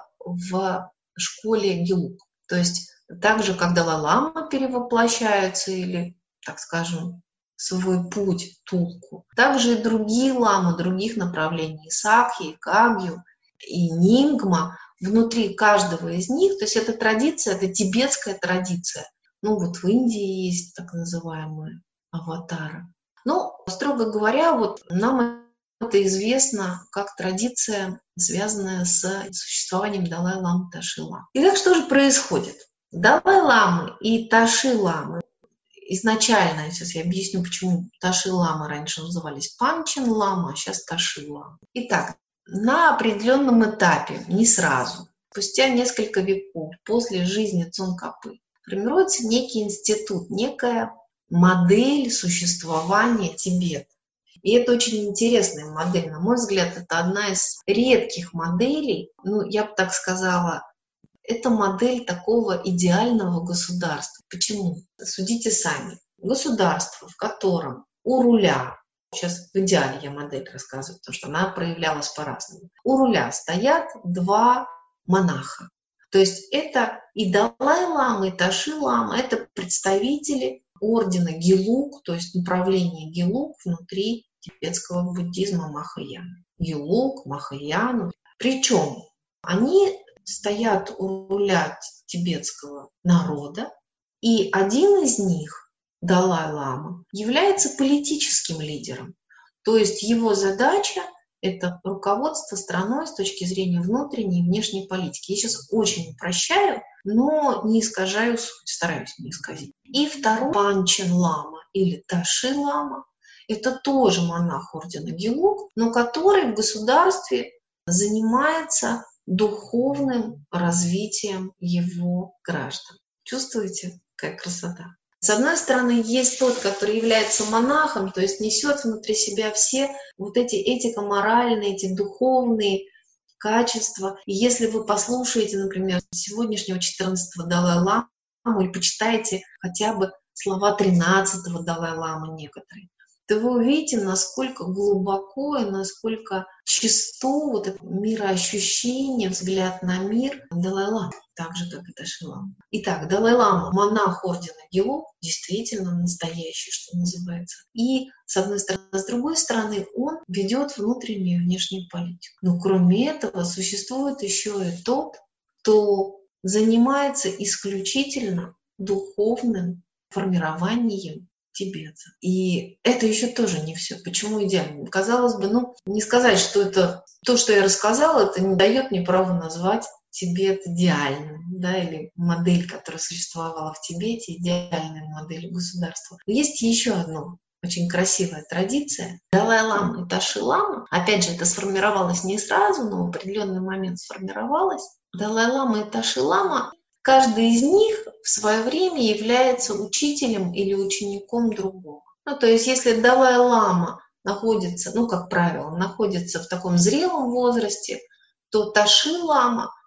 в школе Гелуг. То есть так же, как Далай-лама перевоплощаются или, так скажем, свой путь тулку, также и другие ламы других направлений, Сакхи, и Кагью, и Нингма, внутри каждого из них, то есть эта традиция, это тибетская традиция. Ну вот в Индии есть так называемые аватары. Но, строго говоря, вот нам это известно как традиция, связанная с существованием Далай-ламы, Таши-ламы. Итак, что же происходит? Далай-ламы и Таши-ламы изначально, сейчас я объясню, почему Таши-ламы раньше назывались Панчен-лама, а сейчас Таши-лама. Итак, на определенном этапе, не сразу, спустя несколько веков после жизни Цонкапы, формируется некий институт, некая модель существования Тибета. И это очень интересная модель. На мой взгляд, это одна из редких моделей, ну, я бы так сказала, это модель такого идеального государства. Почему? Судите сами. Государство, в котором у руля, сейчас в идеале я модель рассказываю, потому что она проявлялась по-разному, у руля стоят два монаха. То есть это и Далай-лама, и Таши-лама, это представители ордена Гелуг, то есть направления Гелуг внутри тибетского буддизма Махаяна. Гелуг, Махаяну. Причем они стоят у руля тибетского народа, и один из них, Далай-лама, является политическим лидером. То есть его задача – это руководство страной с точки зрения внутренней и внешней политики. Я сейчас очень упрощаю, но не искажаю суть, стараюсь не исказить. И второй Панчен-лама или Таши-лама – это тоже монах ордена Гелуг, но который в государстве занимается духовным развитием его граждан. Чувствуете, какая красота? С одной стороны, есть тот, который является монахом, то есть несет внутри себя все вот эти этико-моральные, эти духовные качества. И если вы послушаете, например, сегодняшнего четырнадцатого Далай-ламу или почитаете хотя бы слова тринадцатого Далай-ламы некоторые, то вы увидите, насколько глубоко и насколько чисто вот это мироощущение, взгляд на мир Далай-лама, так же, как и Таши-лама. Итак, Далай-лама, монах ордена Гелуг, действительно настоящий, что называется. И, с одной стороны, с другой стороны, он ведет внутреннюю и внешнюю политику. Но кроме этого, существует еще и тот, кто занимается исключительно духовным формированием Тибета. И это еще тоже не все. Почему идеально? Казалось бы, ну, не сказать, что это то, что я рассказала, это не дает мне права назвать Тибет идеальным, да, или модель, которая существовала в Тибете, идеальной моделью государства. Но есть еще одно очень красивая традиция. Далай-лама и Таши-лама, опять же, это сформировалось не сразу, но в определенный момент сформировалось. Далай-лама и Таши-лама, каждый из них в свое время является учителем или учеником другого. Ну, то есть, если Далай-лама находится, ну, как правило, находится в таком зрелом возрасте, то Таши-лама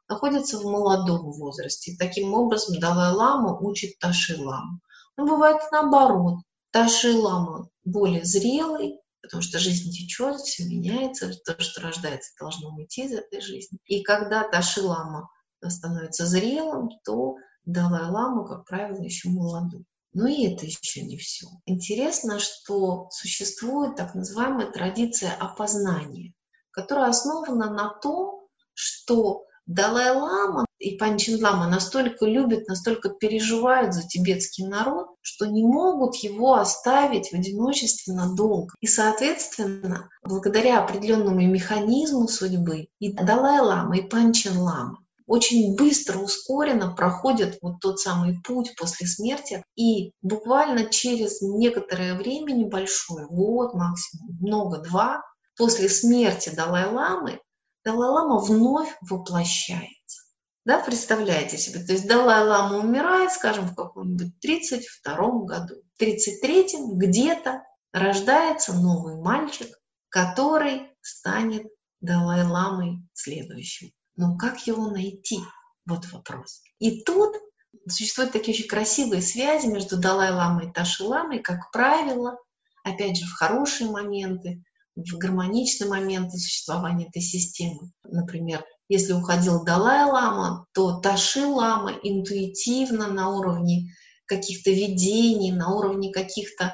находится в молодом возрасте. И таким образом Далай-лама учит Таши-ламу. Но бывает наоборот. Таши-лама более зрелый, потому что жизнь течет, все меняется, то, что рождается, должно уйти из этой жизни. И когда Таши-лама становится зрелым, то Далай-лама, как правило, еще молодой. Но и это еще не все. Интересно, что существует так называемая традиция опознания, которая основана на том, что Далай-лама и Панчен-лама настолько любят, настолько переживают за тибетский народ, что не могут его оставить в одиночестве надолго. И, соответственно, благодаря определенному механизму судьбы и Далай-лама, и Панчен-лама очень быстро, ускоренно проходят вот тот самый путь после смерти, и буквально через некоторое время, небольшое, год максимум, много, два, после смерти Далай-ламы, Далай-лама вновь воплощается. Да, представляете себе, то есть Далай-лама умирает, скажем, в каком-нибудь тридцать втором году. В тридцать третьем где-то рождается новый мальчик, который станет Далай-ламой следующим. Но как его найти? Вот вопрос. И тут существуют такие очень красивые связи между Далай-ламой и Таши-ламой, как правило, опять же, в хорошие моменты, в гармоничные моменты существования этой системы. Например, если уходил Далай-лама, то Таши-лама интуитивно на уровне каких-то видений, на уровне каких-то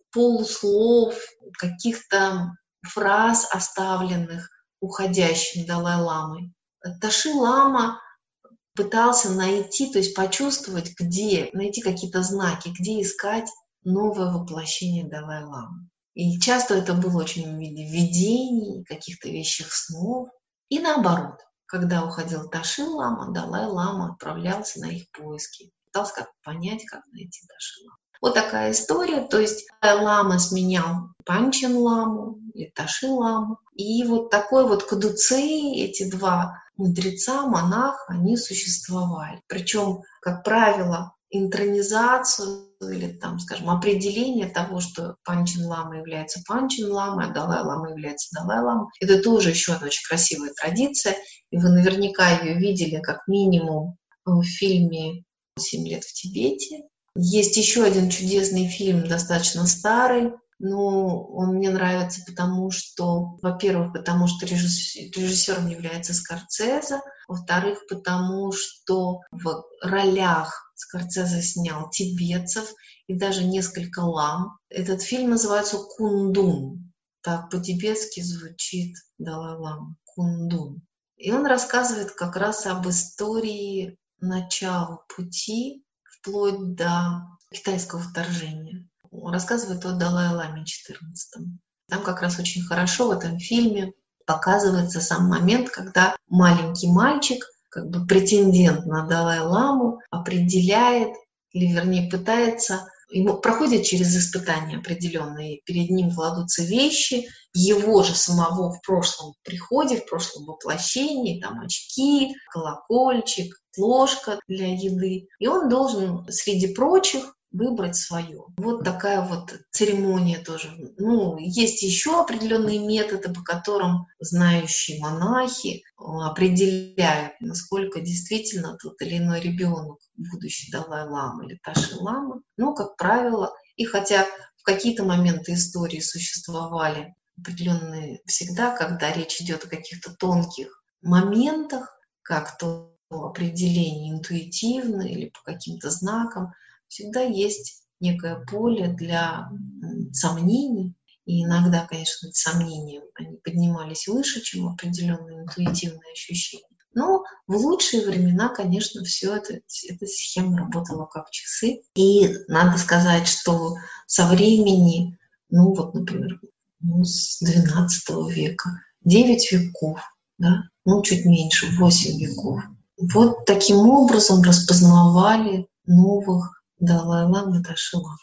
полуслов, каких-то фраз, оставленных уходящим Далай-ламой, Таши-лама пытался найти, то есть почувствовать, где, найти какие-то знаки, где искать новое воплощение Далай-ламы. И часто это было очень в виде видений, каких-то вещих снов. И наоборот, когда уходил Таши-лама, Далай-лама отправлялся на их поиски, пытался как понять, как найти Таши-ламу. Вот такая история, то есть Далай-лама сменял Панчен-ламу или Таши-ламу. И вот такой вот кадуцей, эти два мудреца, монах, они существовали. Причем, как правило, интронизацию или, там, скажем, определение того, что Панчен-лама является Панчен-ламой, а Далай-лама является Далай-ламой, это тоже еще одна очень красивая традиция. И вы наверняка ее видели как минимум в фильме «Семь лет в Тибете». Есть еще один чудесный фильм, достаточно старый, но он мне нравится потому, что, во-первых, потому что режиссером является Скорсезе, во-вторых, потому что в ролях Скорсезе снял тибетцев и даже несколько лам. Этот фильм называется «Кундун». Так по-тибетски звучит Далай-лама. Кундун. И он рассказывает как раз об истории начала пути вплоть до китайского вторжения. Он рассказывает о Далай-ламе четырнадцатом. Там как раз очень хорошо в этом фильме показывается сам момент, когда маленький мальчик, как бы претендент на Далай-ламу, определяет, или вернее пытается, ему проходит через испытания определенные, перед ним кладутся вещи, его же самого в прошлом приходе, в прошлом воплощении, там очки, колокольчик, ложка для еды, и он должен среди прочих выбрать свое. Вот такая вот церемония тоже. Ну, есть еще определенные методы, по которым знающие монахи определяют, насколько действительно тот или иной ребенок будущий Далай-лама или Таши-лама. Но, как правило, и хотя в какие-то моменты истории существовали определенные всегда, когда речь идет о каких-то тонких моментах, как то определение интуитивно или по каким-то знакам, всегда есть некое поле для сомнений. И иногда, конечно, эти сомнения они поднимались выше, чем определенные интуитивные ощущения. Но в лучшие времена, конечно, все это, эта схема работала как часы. И надо сказать, что со времени, ну вот, например, ну, с двенадцатого века, девять веков, да, ну чуть меньше, восемь веков. Вот таким образом распознавали новых Далай-лама и Таши-лама.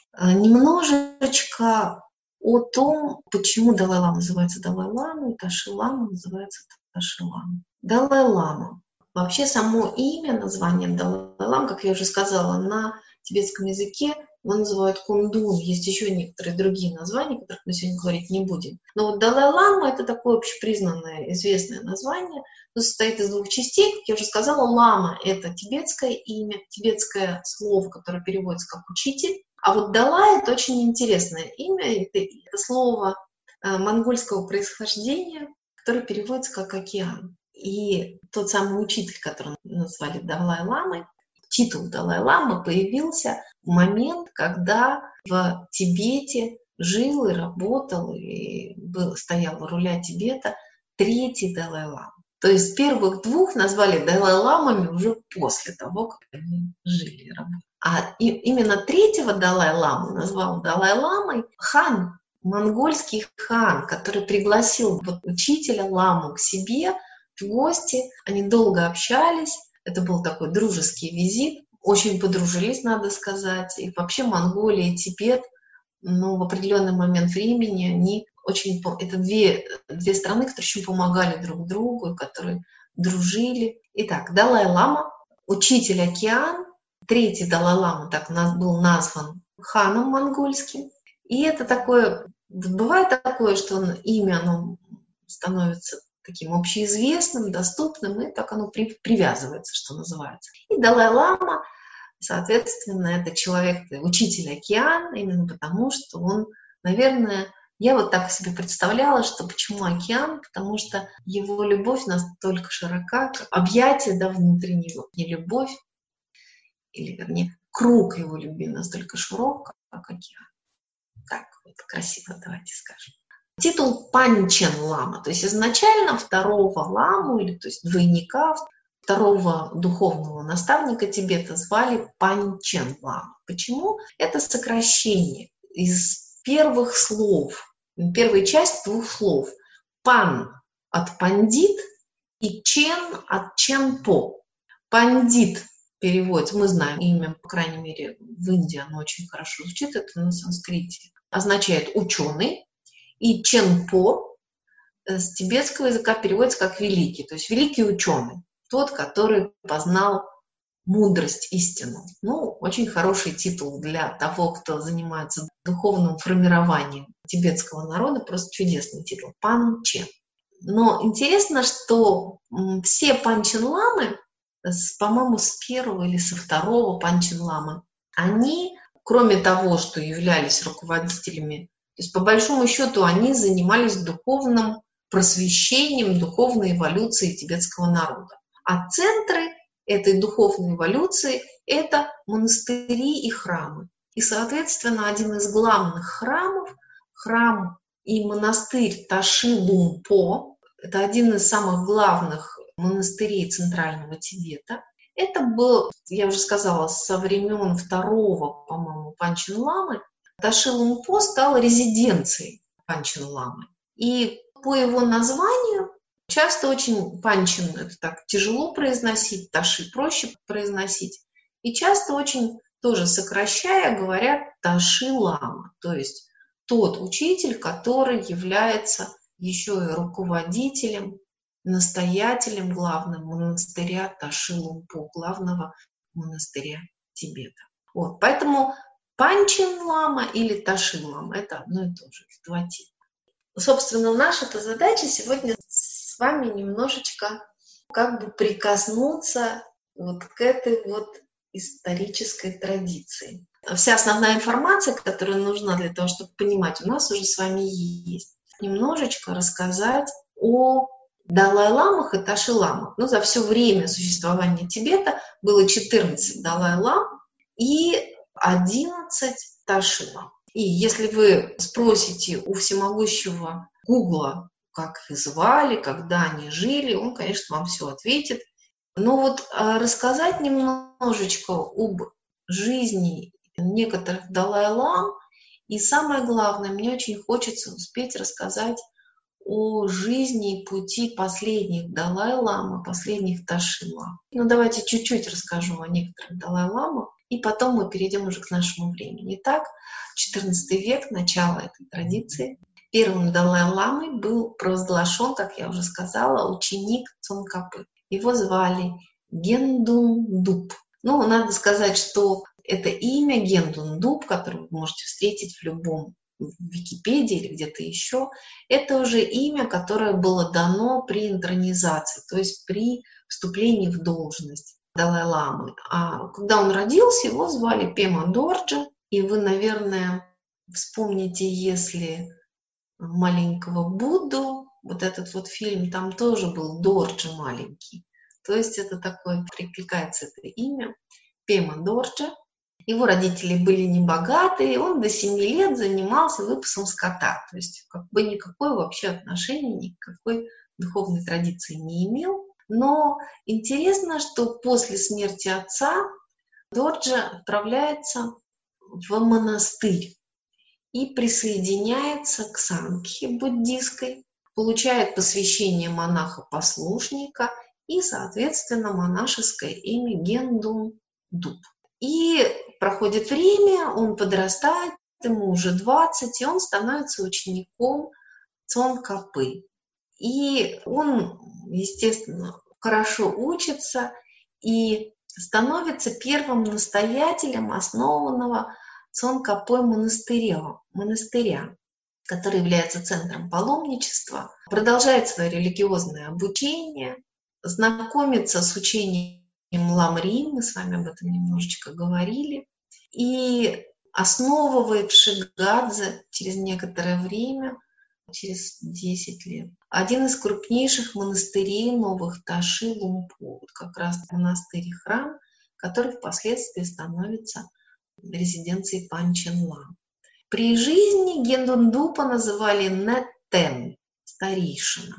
Немножечко о том, почему Далай-лама называется Далай-лама и Таши-лама называется Таши-лама. Далай-лама. Вообще само имя, название Далай-лама, как я уже сказала, на тибетском языке его называют кундун. Есть еще некоторые другие названия, о которых мы сегодня говорить не будем. Но вот Далай-лама — это такое общепризнанное, известное название. Оно состоит из двух частей. Как я уже сказала, лама — это тибетское имя, тибетское слово, которое переводится как учитель. А вот Далай — это очень интересное имя. Это, это слово э, монгольского происхождения, которое переводится как океан. И тот самый учитель, которого назвали Далай-ламой, титул Далай-ламы появился в момент, когда в Тибете жил и работал, и был, стоял у руля Тибета третий Далай-лама. То есть первых двух назвали Далай-ламами уже после того, как они жили и работали. А и, именно третьего Далай-ламу назвал Далай-ламой хан, монгольский хан, который пригласил вот учителя ламу к себе в гости. Они долго общались. Это был такой дружеский визит. Очень подружились, надо сказать. И вообще Монголия и Тибет, ну, в определенный момент времени, они очень... Это две, две страны, которые очень помогали друг другу, которые дружили. Итак, Далай-лама, учитель океан. Третий Далай-лама так был назван ханом монгольским. И это такое... Бывает такое, что имя, оно становится таким общеизвестным, доступным, и так оно при, привязывается, что называется. И Далай-лама, соответственно, это человек, учитель океана, именно потому, что он, наверное, я вот так себе представляла, что почему океан, потому что его любовь настолько широка, объятие, да, внутреннего, не любовь, или, вернее, круг его любви настолько широк, как океан. Так вот красиво, давайте скажем. Титул Панчен лама, то есть изначально второго ламу, или то есть двойника, второго духовного наставника Тибета звали Панчен лама. Почему? Это сокращение из первых слов, первой части двух слов. Пан от пандит и чен от ченпо. Пандит переводится, мы знаем имя, по крайней мере, в Индии оно очень хорошо звучит, это на санскрите, означает ученый. И ченпо с тибетского языка переводится как великий, то есть великий ученый, тот, который познал мудрость, истину. Ну, очень хороший титул для того, кто занимается духовным формированием тибетского народа, просто чудесный титул — Панчен. Но интересно, что все Панчен-ламы, по-моему, с первого или со второго Панчен-ламы, они, кроме того, что являлись руководителями, то есть, по большому счету, они занимались духовным просвещением, духовной эволюцией тибетского народа. А центры этой духовной эволюции – это монастыри и храмы. И, соответственно, один из главных храмов, храм и монастырь Таши-Лумпо, это один из самых главных монастырей Центрального Тибета. Это был, я уже сказала, со времен второго, по-моему, Панчен-ламы. Таши-Лумпо стал резиденцией Панчен-ламы. И по его названию часто очень Панчен — это так тяжело произносить, Таши проще произносить. И часто очень, тоже сокращая, говорят Таши-лама, то есть тот учитель, который является еще и руководителем, настоятелем главным монастыря Таши-Лумпо, главного монастыря Тибета. Вот, поэтому Панчен-лама или Таши-лама — это одно и то же, два типа. Собственно, наша-то задача сегодня с вами немножечко как бы прикоснуться вот к этой вот исторической традиции. Вся основная информация, которая нужна для того, чтобы понимать, у нас уже с вами есть. Немножечко рассказать о Далай-ламах и Таши-ламах. Ну, за все время существования Тибета было четырнадцать Далай-лам и одиннадцать Таши-лам. И если вы спросите у всемогущего Гугла, как их звали, когда они жили, он, конечно, вам все ответит. Но вот рассказать немножечко об жизни некоторых Далай-лам, и самое главное, мне очень хочется успеть рассказать о жизни и пути последних Далай-лам и последних Таши-лам. Ну, давайте чуть-чуть расскажу о некоторых Далай-ламах, и потом мы перейдем уже к нашему времени. Итак, четырнадцатый век, начало этой традиции. Первым Далай-ламой был провозглашен, как я уже сказала, ученик Цонкапы. Его звали Гендун Дуп. Ну, надо сказать, что это имя Гендун-дуб, которое вы можете встретить в любом в Википедии или где-то еще, это уже имя, которое было дано при интронизации, то есть при вступлении в должность Далай-ламы. А когда он родился, его звали Пема Дорджа, и вы, наверное, вспомните, если маленького Будду, вот этот вот фильм, там тоже был Дорджа маленький. То есть это такое, прикликается это имя, Пема Дорджа. Его родители были небогатые, он до семи лет занимался выпасом скота. То есть как бы никакой вообще отношения, никакой духовной традиции не имел. Но интересно, что после смерти отца Дорджа отправляется в монастырь и присоединяется к сангхе буддийской, получает посвящение монаха-послушника и, соответственно, монашеское имя Гендун-дуб. И проходит время, он подрастает, ему уже двадцать, и он становится учеником Цонкапы. И он, естественно, хорошо учится и становится первым настоятелем основанного Цонкапой монастыря, монастыря, который является центром паломничества, продолжает свое религиозное обучение, знакомится с учением Ламри, мы с вами об этом немножечко говорили, и основывает в Шигадзе через некоторое время, через десять лет, один из крупнейших монастырей новых Таши Лумпо, вот как раз монастырь и храм, который впоследствии становится резиденцией Панчен Лама. При жизни Гендун-дупа называли Нэтэн, старейшина,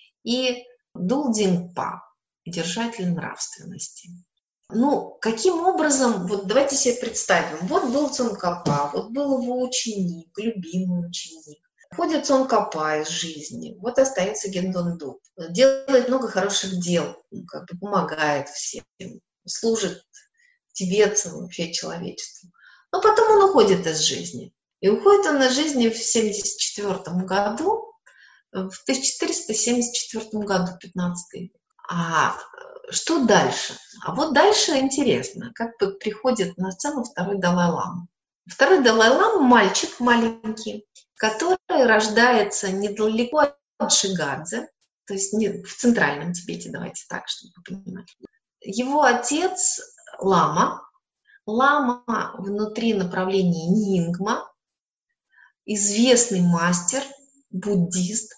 и Дулдингпа, держатель нравственности. Ну, каким образом, вот давайте себе представим, вот был Цонкапа, вот был его ученик, любимый ученик. Уходит Цонкапа из жизни, вот остается Гендун-дуп, делает много хороших дел, как бы помогает всем, служит тибетцам, вообще человечеству. Но потом он уходит из жизни. И уходит он из жизни в семьдесят четвёртом году, в тысяча четыреста семьдесят четвёртом году, пятнадцатый век. А что дальше? А вот дальше интересно, как приходит на сцену второй Далай-лама. Второй Далай-лама – мальчик маленький, который рождается недалеко от Шигадзе, то есть не в центральном Тибете, давайте так, чтобы вы понимали. Его отец – лама, лама внутри направления Нингма, известный мастер, буддист,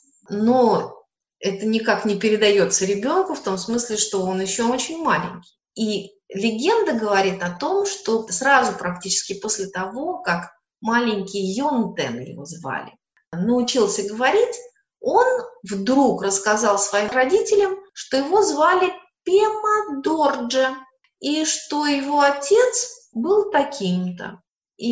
но это никак не передается ребенку в том смысле, что он еще очень маленький. И легенда говорит о том, что сразу практически после того, как маленький Йонтен, его звали, научился говорить, он вдруг рассказал своим родителям, что его звали Пема Дорджа, и что его отец был таким-то.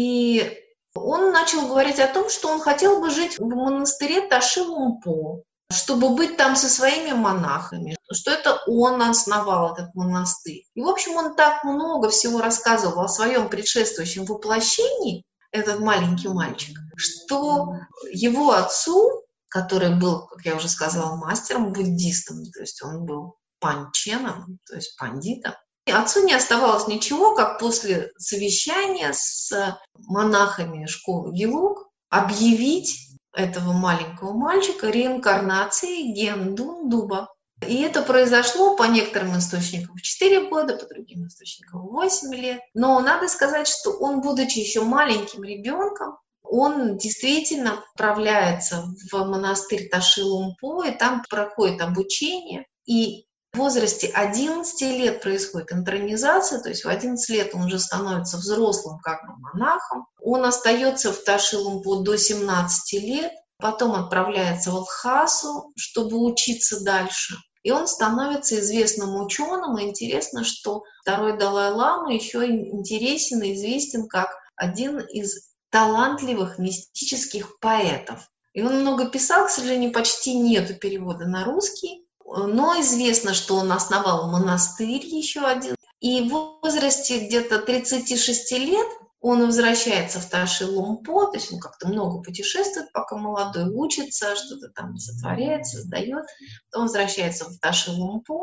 И он начал говорить о том, что он хотел бы жить в монастыре Таши Лумпо, чтобы быть там со своими монахами, что это он основал этот монастырь. И, в общем, он так много всего рассказывал о своем предшествующем воплощении, этот маленький мальчик, что его отцу, который был, как я уже сказала, мастером, буддистом, то есть он был панченом, то есть пандитом, отцу не оставалось ничего, как после совещания с монахами школы Гелуг объявить этого маленького мальчика реинкарнацией Гендун-дуба. И это произошло по некоторым источникам в четыре года, по другим источникам в восемь лет. Но надо сказать, что он, будучи еще маленьким ребенком, он действительно отправляется в монастырь Таши Лумпо, и там проходит обучение. И в возрасте одиннадцати лет происходит интронизация, то есть в одиннадцать лет он уже становится взрослым как бы монахом. Он остается в Таши Лумпо до семнадцати лет, потом отправляется в Лхасу, чтобы учиться дальше. И он становится известным ученым. И интересно, что второй Далай-лама еще интересен и известен как один из талантливых мистических поэтов. И он много писал, к сожалению, почти нету перевода на русский. Но известно, что он основал монастырь еще один. И в возрасте где-то тридцати шести лет он возвращается в Таши Лумпо, то есть он как-то много путешествует, пока молодой, учится, что-то там сотворяет, создает. Потом возвращается в Таши Лумпо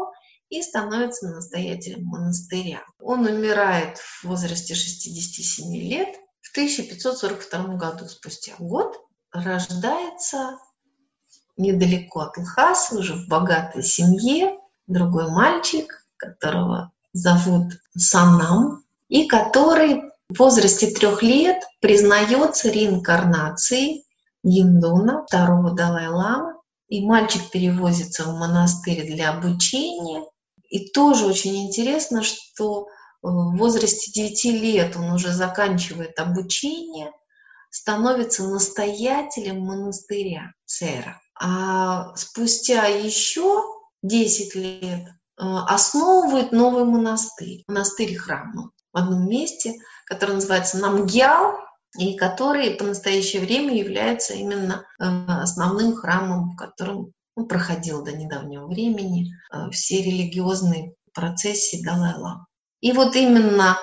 и становится настоятелем монастыря. Он умирает в возрасте шестидесяти семи лет в тысяча пятьсот сорок втором году. Спустя год рождается недалеко от Лхасы, уже в богатой семье, другой мальчик, которого зовут Санам, и который в возрасте трех лет признается реинкарнацией Йиндуна, второго Далай-ламы, и мальчик перевозится в монастырь для обучения. И тоже очень интересно, что в возрасте девяти лет он уже заканчивает обучение, становится настоятелем монастыря Цера. А спустя еще десять лет основывает новый монастырь, монастырь-храм в одном месте, который называется Намгьял, и который по настоящее время является именно основным храмом, в котором ну, проходил до недавнего времени все религиозные процессии Далай-ламы. И вот именно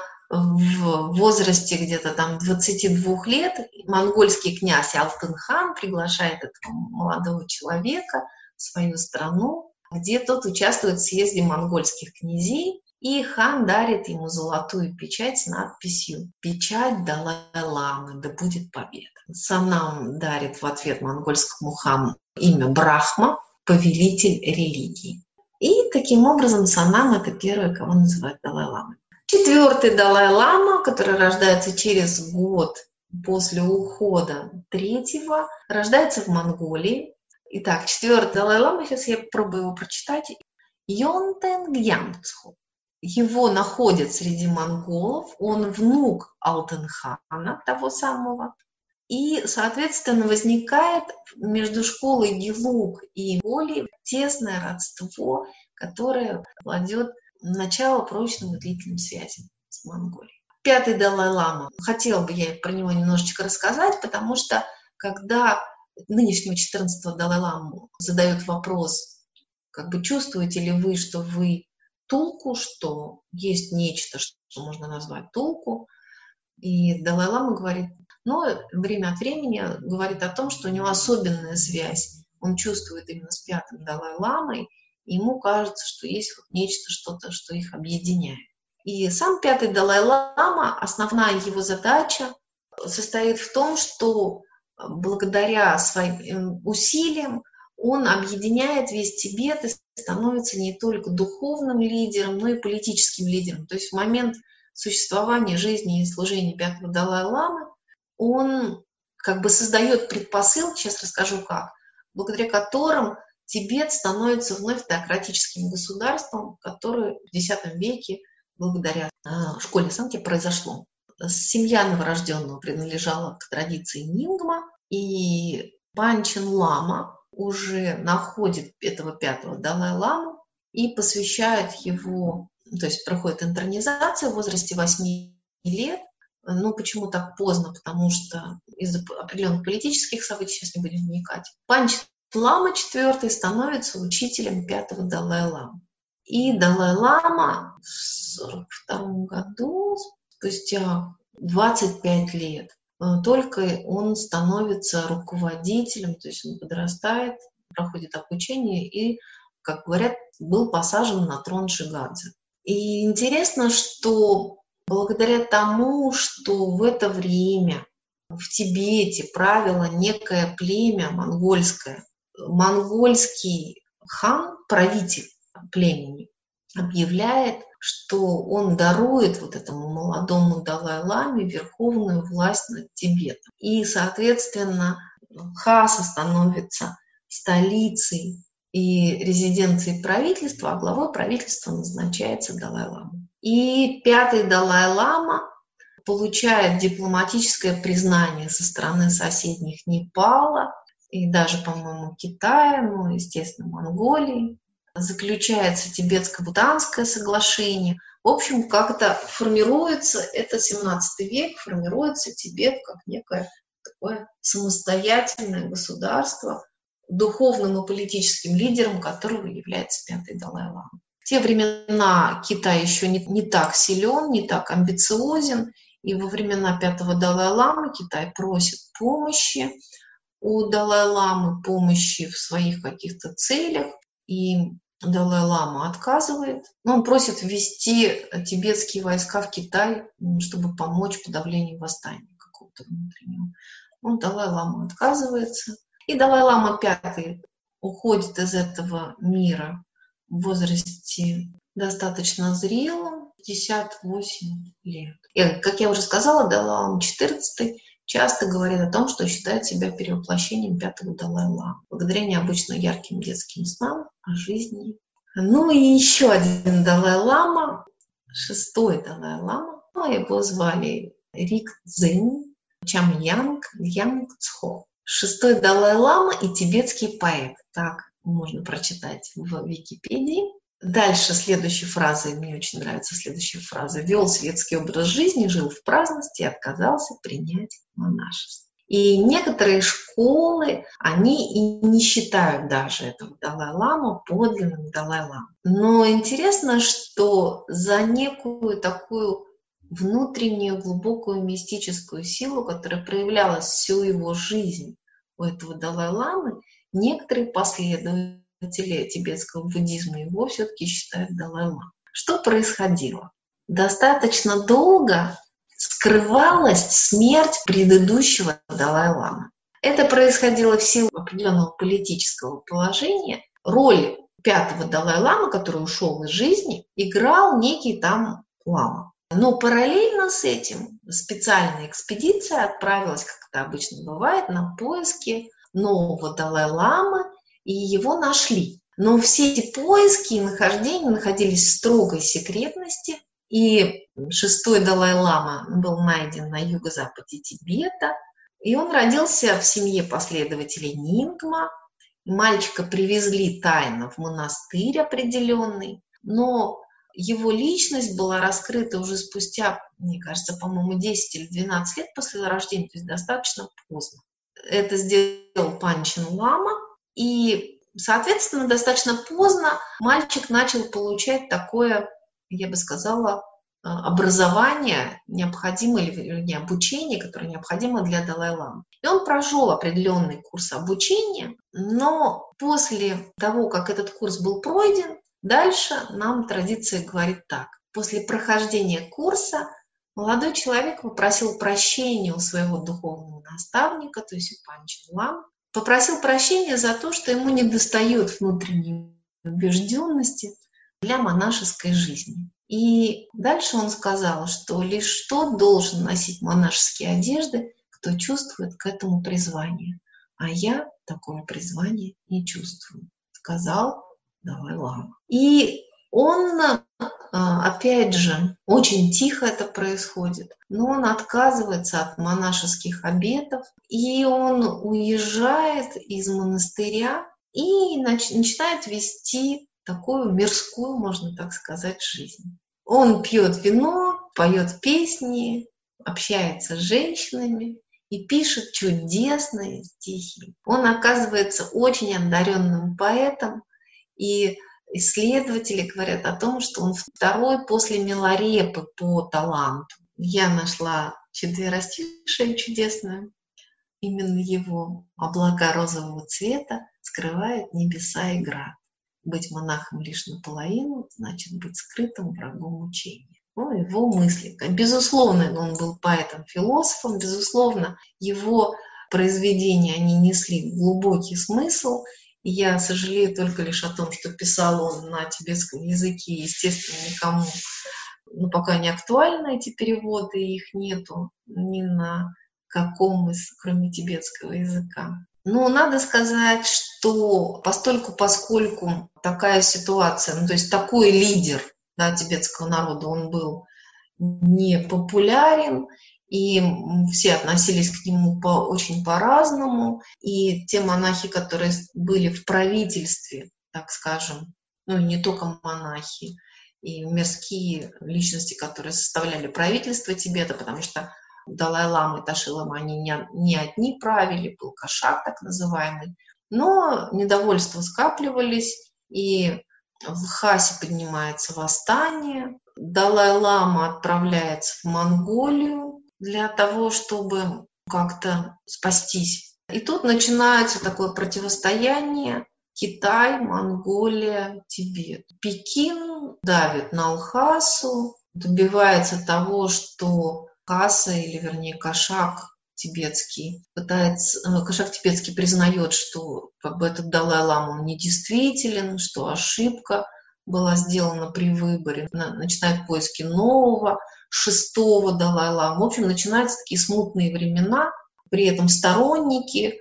в возрасте где-то там двадцати двух лет монгольский князь Алтын-хан приглашает этого молодого человека в свою страну, где тот участвует в съезде монгольских князей, и хан дарит ему золотую печать с надписью «Печать Далай-ламы, да будет победа». Санам дарит в ответ монгольскому хану имя Брахма, повелитель религии. И таким образом Санам — это первый, кого называют Далай-ламой. Четвертый Далай-лама, который рождается через год после ухода третьего, рождается в Монголии. Итак, четвертый Далай-лама, сейчас я попробую его прочитать. Йонтен Гьямцху. Его находят среди монголов, он внук Алтын-хана, того самого. И, соответственно, возникает между школой Гелуг и Монголией тесное родство, которое кладет начало прочным и длительным связям с Монголией. Пятый Далай-лама. Хотела бы я про него немножечко рассказать, потому что когда нынешнего четырнадцатого Далай-ламу задают вопрос, как бы чувствуете ли вы, что вы тулку, что есть нечто, что можно назвать тулку, и Далай-лама говорит, но время от времени говорит о том, что у него особенная связь. Он чувствует именно с пятым Далай-ламой, и ему кажется, что есть вот нечто, что-то, что их объединяет. И сам пятый Далай-лама, основная его задача состоит в том, что благодаря своим усилиям он объединяет весь Тибет и становится не только духовным лидером, но и политическим лидером. То есть в момент существования жизни и служения пятого Далай-ламы он как бы создает предпосылки, сейчас расскажу как, благодаря которым Тибет становится вновь теократическим государством, которое в десятом веке благодаря э, школе Санки произошло. Семья новорожденного принадлежала к традиции Нингма, и Панчин Лама уже находит этого пятого Далай-ламу и посвящает его, то есть проходит интронизация в возрасте восьми лет. Ну, почему так поздно? Потому что из-за определенных политических событий, сейчас не будем вникать, Панчин Лама четвертый становится учителем пятого Далай-ламы. И Далай-лама в сорок втором году, спустя двадцать пять лет, только он становится руководителем, то есть он подрастает, проходит обучение и, как говорят, был посажен на трон Шигадзе. И интересно, что благодаря тому, что в это время в Тибете правило некое племя монгольское, монгольский хан, правитель племени, объявляет, что он дарует вот этому молодому Далай-ламе верховную власть над Тибетом. И, соответственно, Лхаса становится столицей и резиденцией правительства, а главой правительства назначается Далай-лама. И пятый Далай-лама получает дипломатическое признание со стороны соседних Непала и даже, по-моему, Китая, ну, естественно, Монголии. Заключается Тибетско-Бутанское соглашение. В общем, как-то формируется, это семнадцатый век, формируется Тибет как некое такое самостоятельное государство, духовным и политическим лидером которого является пятый Далай-лама. В те времена Китай еще не, не так силен, не так амбициозен, и во времена пятого Далай-ламы Китай просит помощи у Далай-ламы, помощи в своих каких-то целях, и Далай-лама отказывает. Но он просит ввести тибетские войска в Китай, чтобы помочь подавлению восстания какого-то внутреннего. Он Далай-лама отказывается. И Далай-лама пятый уходит из этого мира в возрасте достаточно зрелом, пятьдесят восемь лет. И, как я уже сказала, Далай-лама четырнадцатый часто говорит о том, что считает себя перевоплощением пятого Далай-ламы, благодаря необычно ярким детским снам о жизни. Ну и еще один Далай-лама, шестой Далай-лама, его звали Рик Цзинь Чамьянг Янг Цхо. Шестой Далай-лама и тибетский поэт. Так можно прочитать в Википедии. Дальше следующая фраза, мне очень нравится следующая фраза. Вел светский образ жизни, жил в праздности и отказался принять монашество. И некоторые школы, они и не считают даже этого Далай-ламу подлинным Далай-ламой. Но интересно, что за некую такую внутреннюю глубокую мистическую силу, которая проявлялась всю его жизнь у этого Далай-ламы, некоторые последователи тибетского буддизма его все-таки считают Далай-ламой. Что происходило? Достаточно долго скрывалась смерть предыдущего Далай-ламы. Это происходило в силу определенного политического положения. Роль пятого Далай-ламы, который ушел из жизни, играл некий там лама. Но параллельно с этим специальная экспедиция отправилась, как это обычно бывает, на поиски нового Далай-ламы, и его нашли. Но все эти поиски и нахождения находились в строгой секретности, и шестой Далай-лама был найден на юго-западе Тибета, и он родился в семье последователей Нингма. Мальчика привезли тайно в монастырь определенный, но его личность была раскрыта уже спустя, мне кажется, по-моему, десять или двенадцать лет после рождения, то есть достаточно поздно. Это сделал Панчин Лама, и, соответственно, достаточно поздно мальчик начал получать такое, я бы сказала, образование, необходимое или не обучение, которое необходимо для Далай-ламы. И он прошел определенный курс обучения, но после того, как этот курс был пройден, дальше нам традиция говорит так. После прохождения курса молодой человек попросил прощения у своего духовного наставника, то есть у Панчин Ламы, попросил прощения за то, что ему недостает внутренней убежденности для монашеской жизни. И дальше он сказал, что лишь тот должен носить монашеские одежды, кто чувствует к этому призвание. А я такого призвания не чувствую, сказал Далай-лама. И он, опять же, очень тихо это происходит, но он отказывается от монашеских обетов, и он уезжает из монастыря и начинает вести такую мирскую, можно так сказать, жизнь. Он пьет вино, поет песни, общается с женщинами и пишет чудесные стихи. Он оказывается очень одаренным поэтом, и исследователи говорят о том, что он второй после Миларепы по таланту. Я нашла четверостишее чудесное, именно его. Облака розового цвета скрывают небеса и град. Быть монахом лишь наполовину, значит быть скрытым врагом учения. Ну, его мысли. Безусловно, он был поэтом-философом, безусловно, его произведения, они несли глубокий смысл. И я сожалею только лишь о том, что писал он на тибетском языке, естественно, никому, ну, пока не актуальны эти переводы, их нету ни на каком из, кроме тибетского языка. Но надо сказать, что постольку, поскольку такая ситуация, ну, то есть такой лидер, да, тибетского народа, он был не популярен, и все относились к нему по, очень по-разному, и те монахи, которые были в правительстве, так скажем, ну не только монахи, и мирские личности, которые составляли правительство Тибета, потому что Далай-лама и Таши-лама, они не, не одни правили, был кашак так называемый, но недовольства скапливались, и в Лхасе поднимается восстание, Далай-лама отправляется в Монголию для того, чтобы как-то спастись. И тут начинается такое противостояние Китай, Монголия, Тибет. Пекин давит на Лхасу, добивается того, что Лхаса, или вернее Кашак тибетский, пытается, Кашак тибетский признает, что как бы этот Далай-лама он недействителен, что ошибка была сделана при выборе, начинает поиски нового, шестого Далай-ламы. В общем, начинаются такие смутные времена. При этом сторонники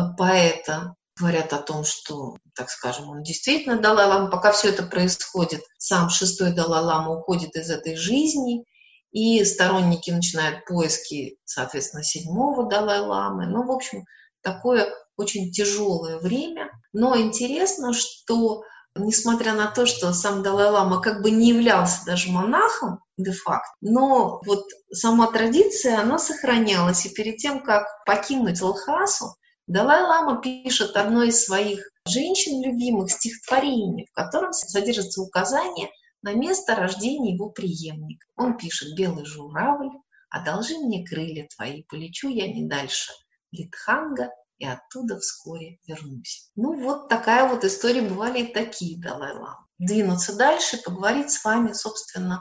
поэта говорят о том, что, так скажем, он действительно Далай-лама. Пока все это происходит, сам шестой Далай-лама уходит из этой жизни, и сторонники начинают поиски, соответственно, седьмого Далай-ламы. Ну, в общем, такое очень тяжелое время. Но интересно, что несмотря на то, что сам Далай-лама как бы не являлся даже монахом де-факто, но вот сама традиция, она сохранялась. И перед тем, как покинуть Лхасу, Далай-лама пишет одно из своих женщин любимых стихотворений, в котором содержится указание на место рождения его преемника. Он пишет: «Белый журавль, одолжи мне крылья твои, полечу я не дальше Литханга, и оттуда вскоре вернусь». Ну вот такая вот история, бывали и такие Далай-ламы. Двинуться дальше, поговорить с вами, собственно,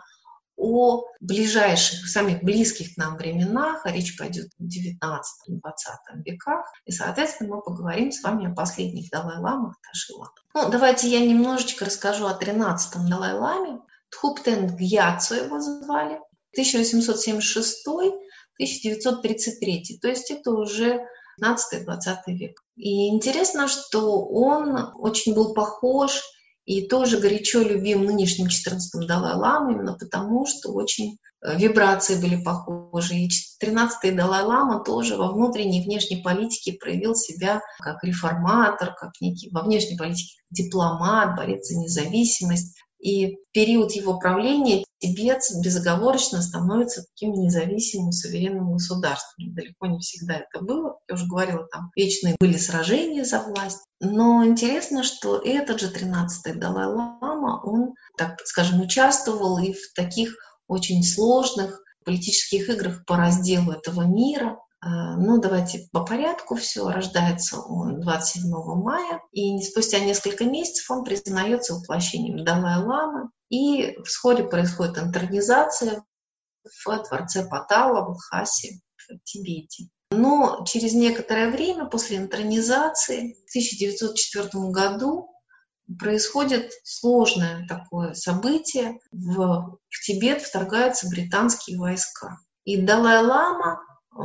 о ближайших, самых близких к нам временах, а речь пойдет о девятнадцатом-двадцатом веках, и, соответственно, мы поговорим с вами о последних Далай-ламах Таши-ламы. Ну, давайте я немножечко расскажу о тринадцатом Далай-ламе. Тхуптен Гьяцу его звали, тысяча восемьсот семьдесят шестой — тысяча девятьсот тридцать третий, то есть это уже пятнадцатый-двадцатый век. И интересно, что он очень был похож и тоже горячо любим нынешним четырнадцатым Далай-ламой, именно потому, что очень вибрации были похожи. И тринадцатый Далай-лама тоже во внутренней и внешней политике проявил себя как реформатор, как некий во внешней политике дипломат, борец за независимость. И в период его правления Тибет безоговорочно становится таким независимым, суверенным государством. Далеко не всегда это было. Я уже говорила, там вечные были сражения за власть. Но интересно, что этот же тринадцатый Далай-лама, он, так скажем, участвовал и в таких очень сложных политических играх по разделу этого мира. Ну, давайте по порядку все. Рождается он двадцать седьмого мая, и спустя несколько месяцев он признается воплощением Далай-ламы, и вскоре происходит интронизация в дворце Патала в Лхасе, в Тибете. Но через некоторое время после интронизации в тысяча девятьсот четвёртом году происходит сложное такое событие. В, в Тибет вторгаются британские войска. И Далай-лама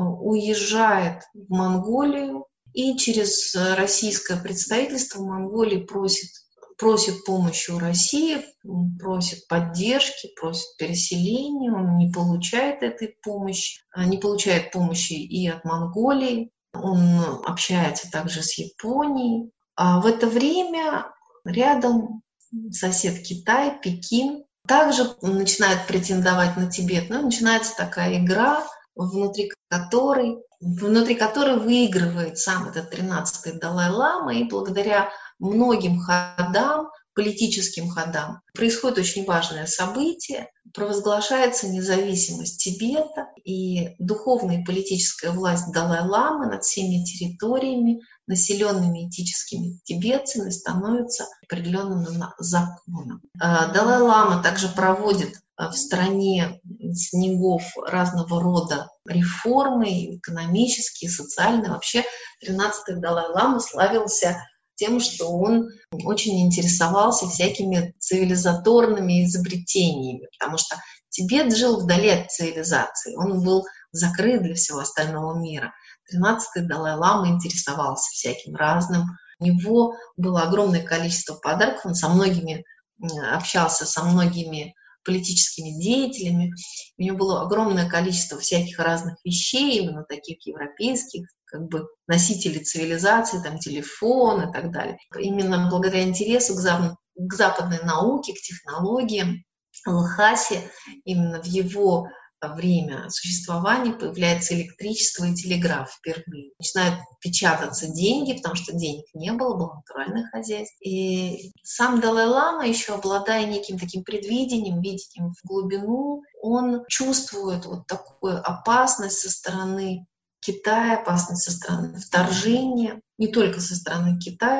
уезжает в Монголию и через российское представительство в Монголии просит, просит помощи у России, просит поддержки, просит переселения. Он не получает этой помощи, не получает помощи и от Монголии. Он общается также с Японией. А в это время рядом сосед Китай, Пекин, также начинает претендовать на Тибет. Но начинается такая игра, внутри которой, внутри которой выигрывает сам этот тринадцатый Далай-лама, и благодаря многим ходам, политическим ходам, происходит очень важное событие. Провозглашается независимость Тибета, и духовная и политическая власть Далай-ламы над всеми территориями, населенными этическими тибетцами, становится определенным законом. Далай-лама также проводит в стране снегов разного рода реформы, экономические, социальные. Вообще тринадцатый Далай-лама славился тем, что он очень интересовался всякими цивилизаторными изобретениями, потому что Тибет жил вдали от цивилизации, он был закрыт для всего остального мира. тринадцатый Далай-лама интересовался всяким разным. У него было огромное количество подарков, он со многими общался, со многими политическими деятелями. У него было огромное количество всяких разных вещей, именно таких европейских, как бы носителей цивилизации, там, телефон и так далее. Именно благодаря интересу к, зап- к западной науке, к технологиям, в Лхасе, именно в его время существования появляется электричество и телеграф впервые. Начинают печататься деньги, потому что денег не было, было натуральное хозяйство. И сам Далай-лама, еще обладая неким таким предвидением, видением в глубину, он чувствует вот такую опасность со стороны Китая, опасность со стороны вторжения, не только со стороны Китая.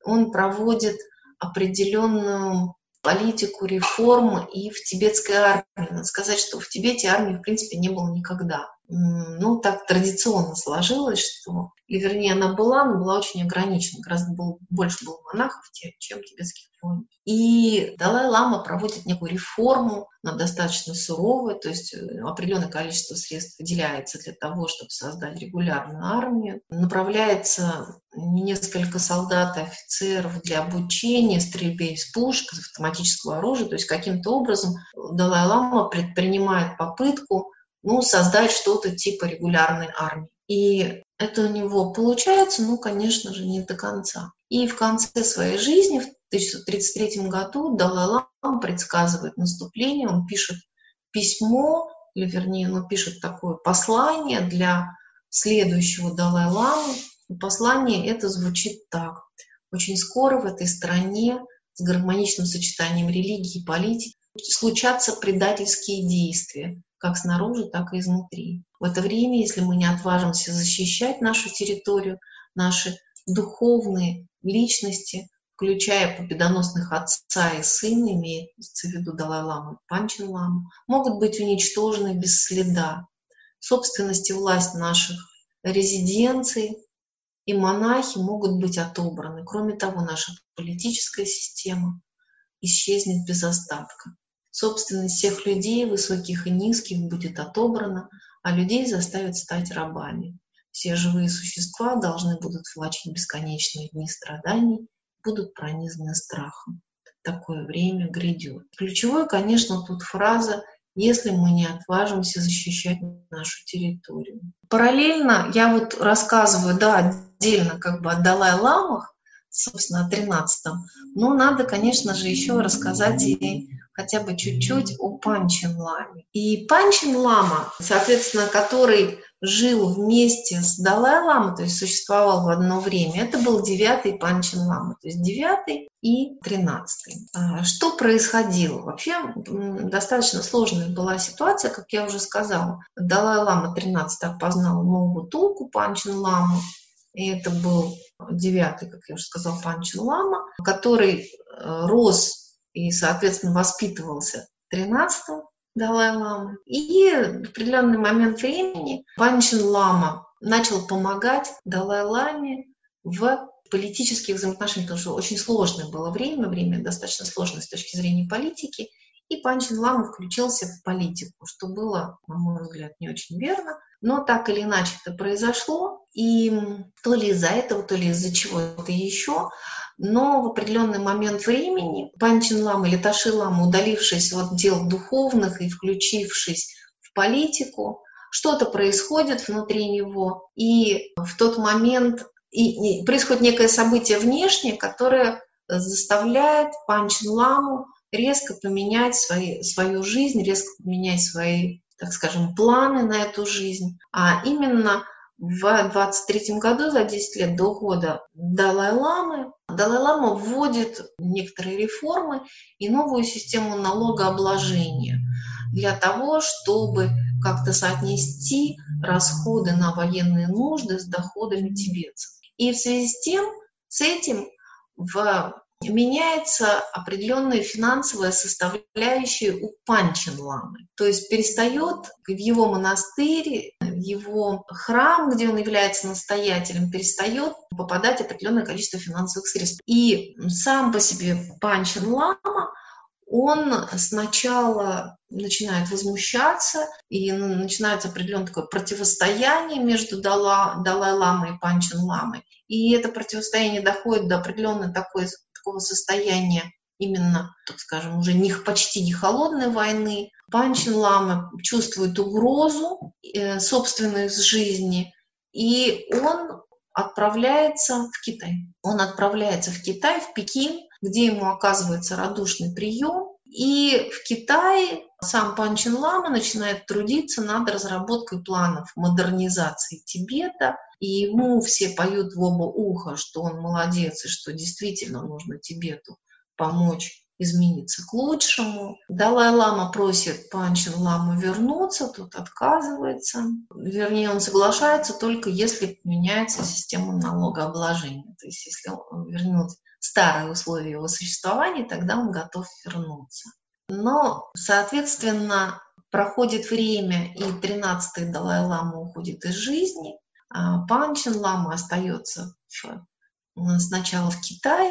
он проводит определенную политику реформ и в тибетской армии. Надо сказать, что в Тибете армии, в принципе, не было никогда. Ну, так традиционно сложилось, что, или вернее, она была, но была очень ограничена. Гораздо было, больше было монахов, чем тибетских воинов. И Далай-лама проводит некую реформу, она достаточно суровая, то есть определенное количество средств выделяется для того, чтобы создать регулярную армию. Направляется несколько солдат и офицеров для обучения стрельбе из пушек, из автоматического оружия. То есть каким-то образом Далай-лама предпринимает попытку ну, создать что-то типа регулярной армии. И это у него получается, ну, конечно же, не до конца. И в конце своей жизни, в тысяча девятьсот тридцать третьем году, Далай-лама предсказывает наступление, он пишет письмо, или вернее, он пишет такое послание для следующего Далай-ламы. И послание это звучит так. Очень скоро в этой стране с гармоничным сочетанием религии и политики случатся предательские действия, как снаружи, так и изнутри. В это время, если мы не отважимся защищать нашу территорию, наши духовные личности, включая победоносных отца и сына, имеется в виду Далай-ламу и Панчен-ламу, могут быть уничтожены без следа. Собственность и власть наших резиденций и монахи могут быть отобраны. Кроме того, наша политическая система исчезнет без остатка. Собственность всех людей, высоких и низких, будет отобрана, а людей заставят стать рабами. Все живые существа должны будут влачить бесконечные дни страданий, будут пронизаны страхом. Такое время грядет. Ключевой, конечно, тут фраза «если мы не отважимся защищать нашу территорию». Параллельно я вот рассказываю, да, отдельно как бы о Далай-ламах, собственно, о тринадцатом, но надо, конечно же, еще рассказать и хотя бы чуть-чуть о Панчен-ламе. И Панчен-лама, соответственно, который жил вместе с Далай-ламой, то есть существовал в одно время, это был девятый Панчен-лама, то есть девятый и тринадцатый. Что происходило? Вообще достаточно сложная была ситуация, как я уже сказала. Далай-лама тринадцатый опознал новую толку Панчен-ламу, и это был девятый, как я уже сказала, Панчен-лама, который рос и, соответственно, воспитывался тринадцатым Далай-ламой. И в определенный момент времени Панчен-лама начал помогать Далай-ламе в политических взаимоотношениях, потому что очень сложное было время, время достаточно сложное с точки зрения политики, и Панчен-лама включился в политику, что было, на мой взгляд, не очень верно. Но так или иначе это произошло, и то ли из-за этого, то ли из-за чего-то еще, но в определенный момент времени Панчен-лама или Таши-лама, удалившись от дел духовных и включившись в политику, что-то происходит внутри него, и в тот момент и, и происходит некое событие внешнее, которое заставляет Панчен-ламу резко поменять свои, свою жизнь, резко поменять свои, так скажем, планы на эту жизнь. А именно в двадцать третьем году, за десять лет до ухода Далай-ламы, Далай-лама вводит некоторые реформы и новую систему налогообложения для того, чтобы как-то соотнести расходы на военные нужды с доходами тибетцев. И в связи с тем, с этим в меняется определенная финансовая составляющая у Панчен-ламы. То есть перестает в его монастырь, в его храм, где он является настоятелем, перестает попадать определенное количество финансовых средств. И сам по себе Панчен-лама, он сначала начинает возмущаться, и начинается определенное такое противостояние между Далай-ламой и Панчен-ламой. И это противостояние доходит до определенной такой такого состояния именно, так скажем, уже не, почти не холодной войны. Панчен-лама чувствует угрозу э, собственной жизни, и он отправляется в Китай. Он отправляется в Китай, в Пекин, где ему оказывается радушный прием. И в Китае сам Панчен-лама начинает трудиться над разработкой планов модернизации Тибета. И ему все поют в оба уха, что он молодец и что действительно нужно Тибету помочь измениться к лучшему. Далай-лама просит Панчен-ламу вернуться, тот отказывается. Вернее, он соглашается только если меняется система налогообложения. То есть если он вернет старые условия его существования, тогда он готов вернуться. Но, соответственно, проходит время, и тринадцатый Далай-лама уходит из жизни, а Панчен-лама остается в, сначала в Китае,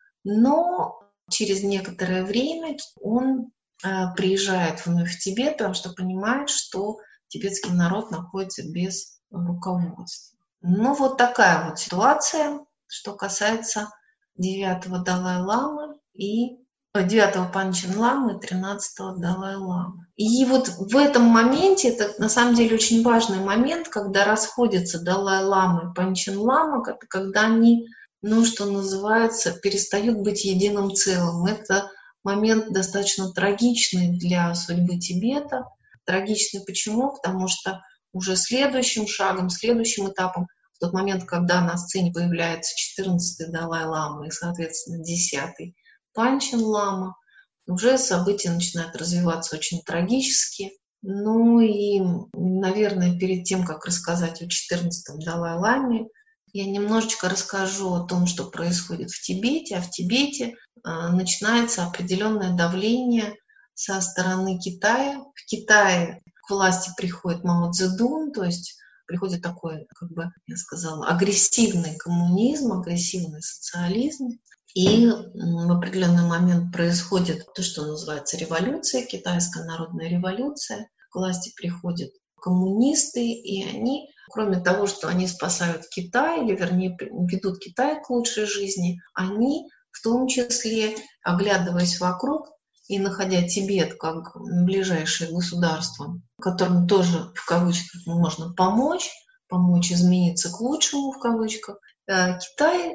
но через некоторое время он э, приезжает вновь в Тибет, потому что понимает, что тибетский народ находится без руководства. Ну, вот такая вот ситуация, что касается девятого Далай-ламы и девятого Панчен-ламы и тринадцатого Далай-ламы. И вот в этом моменте, это на самом деле очень важный момент, когда расходятся Далай-лама и Панчен-лама, когда они, ну, что называется, перестают быть единым целым. Это момент достаточно трагичный для судьбы Тибета. Трагичный почему? Потому что уже следующим шагом, следующим этапом, в тот момент, когда на сцене появляется четырнадцатый Далай-лама и, соответственно, десятый Панчен-лама, уже события начинают развиваться очень трагически. Ну и, наверное, перед тем, как рассказать о четырнадцатом Далай-ламе, я немножечко расскажу о том, что происходит в Тибете. А в Тибете э, начинается определенное давление со стороны Китая. В Китае к власти приходит Мао Цзэдун, то есть приходит такой, как бы я сказала, агрессивный коммунизм, агрессивный социализм. И в определенный момент происходит то, что называется революция, Китайская народная революция. К власти приходят коммунисты, и они, кроме того, что они спасают Китай, или вернее ведут Китай к лучшей жизни, они в том числе, оглядываясь вокруг и находя Тибет как ближайшее государство, которому тоже в кавычках можно помочь, помочь измениться к лучшему в кавычках, Китай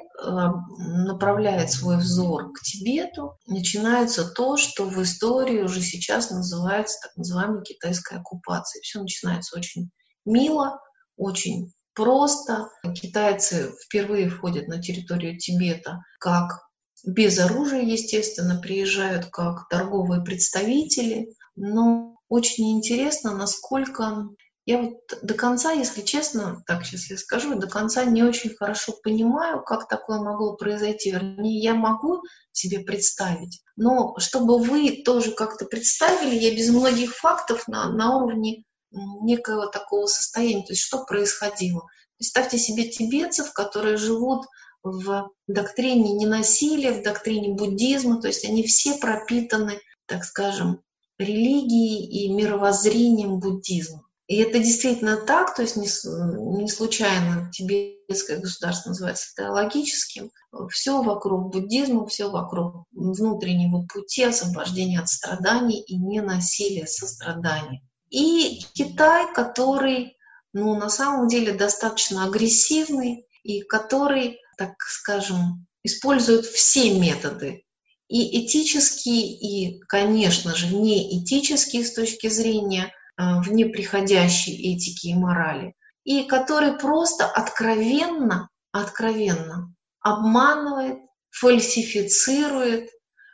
направляет свой взор к Тибету. Начинается то, что в истории уже сейчас называется так называемой китайской оккупацией. Все начинается очень мило, очень просто. Китайцы впервые входят на территорию Тибета как без оружия, естественно, приезжают как торговые представители. Но очень интересно, насколько... Я вот до конца, если честно, так сейчас я скажу, до конца не очень хорошо понимаю, как такое могло произойти. Вернее, я могу себе представить, но чтобы вы тоже как-то представили, я без многих фактов на, на уровне некого такого состояния, то есть что происходило. Представьте себе тибетцев, которые живут в доктрине ненасилия, в доктрине буддизма, то есть они все пропитаны, так скажем, религией и мировоззрением буддизма. И это действительно так, то есть не, не случайно тибетское государство называется теологическим. Все вокруг буддизма, все вокруг внутреннего пути освобождения от страданий и ненасилия, сострадания. И Китай, который, ну, на самом деле достаточно агрессивный и который, так скажем, использует все методы, и этические, и, конечно же, неэтические с точки зрения вне приходящей этики и морали, и который просто откровенно, откровенно обманывает, фальсифицирует,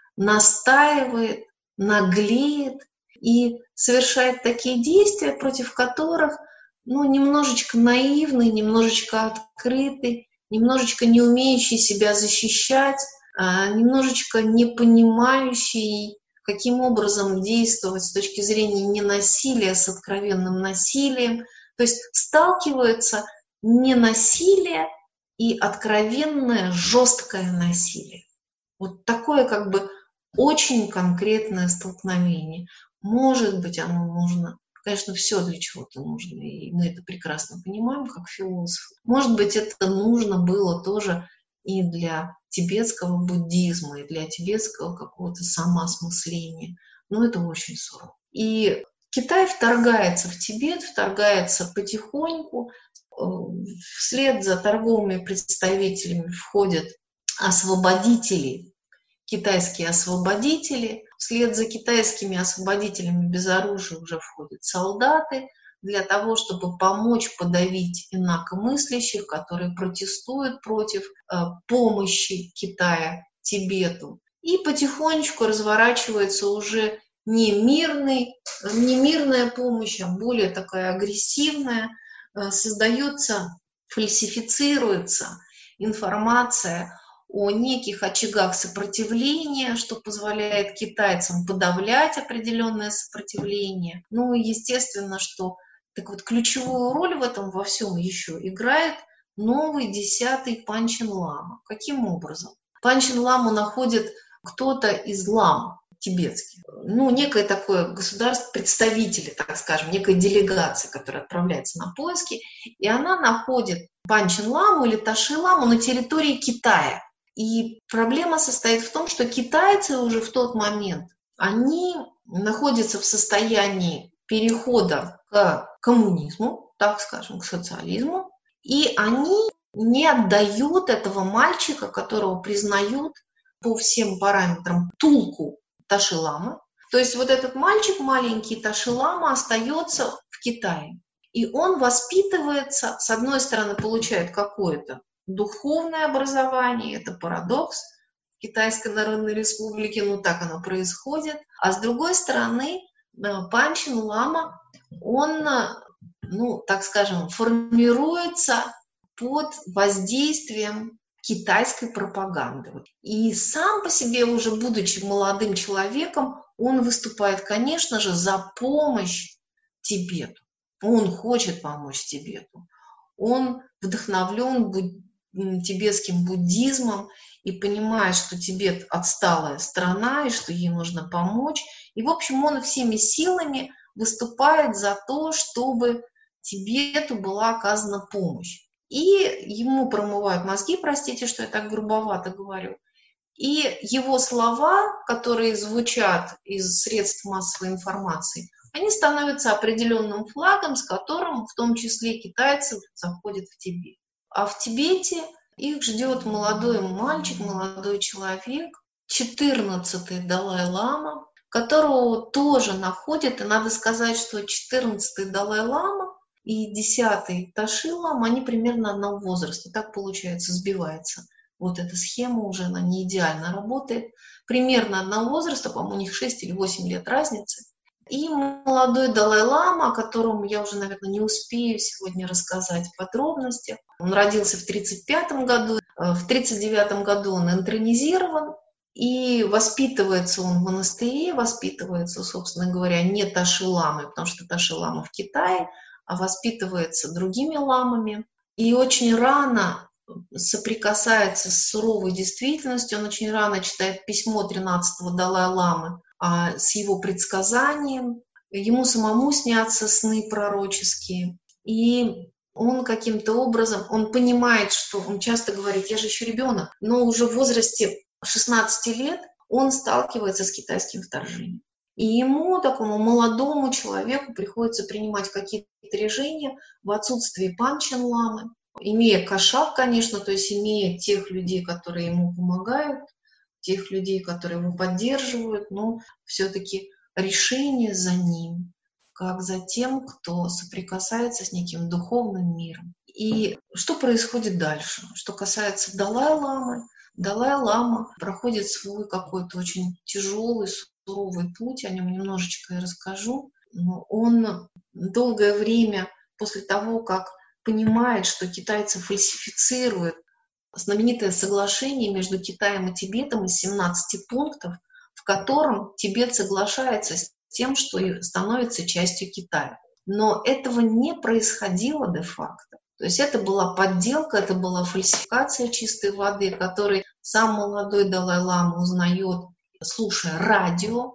настаивает, наглеет и совершает такие действия, против которых, ну, немножечко наивный, немножечко открытый, немножечко не умеющий себя защищать, немножечко не понимающий, каким образом действовать с точки зрения ненасилия с откровенным насилием. То есть сталкиваются ненасилие и откровенное жесткое насилие. Вот такое как бы очень конкретное столкновение. Может быть, оно нужно. Конечно, все для чего-то нужно, и мы это прекрасно понимаем, как философы. Может быть, это нужно было тоже и для тибетского буддизма, и для тибетского какого-то самоосмысления. Но это очень сурово. И Китай вторгается в Тибет, вторгается потихоньку. Вслед за торговыми представителями входят освободители, китайские освободители. Вслед за китайскими освободителями без оружия уже входят солдаты, для того, чтобы помочь подавить инакомыслящих, которые протестуют против э, помощи Китая Тибету. И потихонечку разворачивается уже не мирный, не мирная помощь, а более такая агрессивная. Создается, фальсифицируется информация о неких очагах сопротивления, что позволяет китайцам подавлять определенное сопротивление. Ну и естественно, что так вот ключевую роль в этом во всем еще играет новый десятый Панчин Лама. Каким образом? Панчин Ламу находит кто-то из лам тибетских, ну, некое такое государство, представители, так скажем, некая делегация, которая отправляется на поиски, и она находит Панчин Ламу или Таши Ламу на территории Китая. И проблема состоит в том, что китайцы уже в тот момент, они находятся в состоянии перехода к коммунизму, так скажем, к социализму, и они не отдают этого мальчика, которого признают по всем параметрам Тулку Таши Ламы. То есть вот этот мальчик, маленький Таши Лама, остается в Китае. И он воспитывается, с одной стороны, получает какое-то духовное образование, это парадокс в Китайской Народной Республике, ну так оно происходит. А с другой стороны, Панчин Лама, он, ну так скажем, формируется под воздействием китайской пропаганды. И сам по себе, уже будучи молодым человеком, он выступает, конечно же, за помощь Тибету. Он хочет помочь Тибету. Он вдохновлен буд... тибетским буддизмом и понимает, что Тибет отсталая страна и что ей нужно помочь. И, в общем, он всеми силами выступает за то, чтобы Тибету была оказана помощь. И ему промывают мозги, простите, что я так грубовато говорю. И его слова, которые звучат из средств массовой информации, они становятся определенным флагом, с которым в том числе китайцев заходят в Тибет. А в Тибете их ждет молодой мальчик, молодой человек, четырнадцатый Далай-лама, которого тоже находят. И надо сказать, что четырнадцатый Далай-лама и десятый Таши Лама, они примерно одного возраста. Так получается, сбивается. Вот эта схема уже, она не идеально работает. Примерно одного возраста, по-моему, у них шесть или восемь лет разницы. И молодой Далай-лама, о котором я уже, наверное, не успею сегодня рассказать в подробностях. Он родился в тридцать пятом году. В тридцать девятом году он интронизирован. И воспитывается он в монастыре, воспитывается, собственно говоря, не Таши Ламой, потому что Таши Лама в Китае, а воспитывается другими ламами. И очень рано соприкасается с суровой действительностью. Он очень рано читает письмо тринадцатого Далай-ламы а, с его предсказанием. Ему самому снятся сны пророческие. И он каким-то образом, он понимает, что он часто говорит, я же еще ребенок, но уже в возрасте шестнадцати лет он сталкивается с китайским вторжением. И ему, такому молодому человеку, приходится принимать какие-то решения в отсутствии Панчин Ламы, имея кашак, конечно, то есть имея тех людей, которые ему помогают, тех людей, которые его поддерживают, но все-таки решение за ним, как за тем, кто соприкасается с неким духовным миром. И что происходит дальше? Что касается Далай-ламы, Далай-лама проходит свой какой-то очень тяжелый, суровый путь, о нем немножечко я расскажу. Но он долгое время после того, как понимает, что китайцы фальсифицируют знаменитое соглашение между Китаем и Тибетом из семнадцати пунктов, в котором Тибет соглашается с тем, что становится частью Китая. Но этого не происходило де-факто. То есть это была подделка, это была фальсификация чистой воды, которой сам молодой Далай-лама узнает, слушая радио,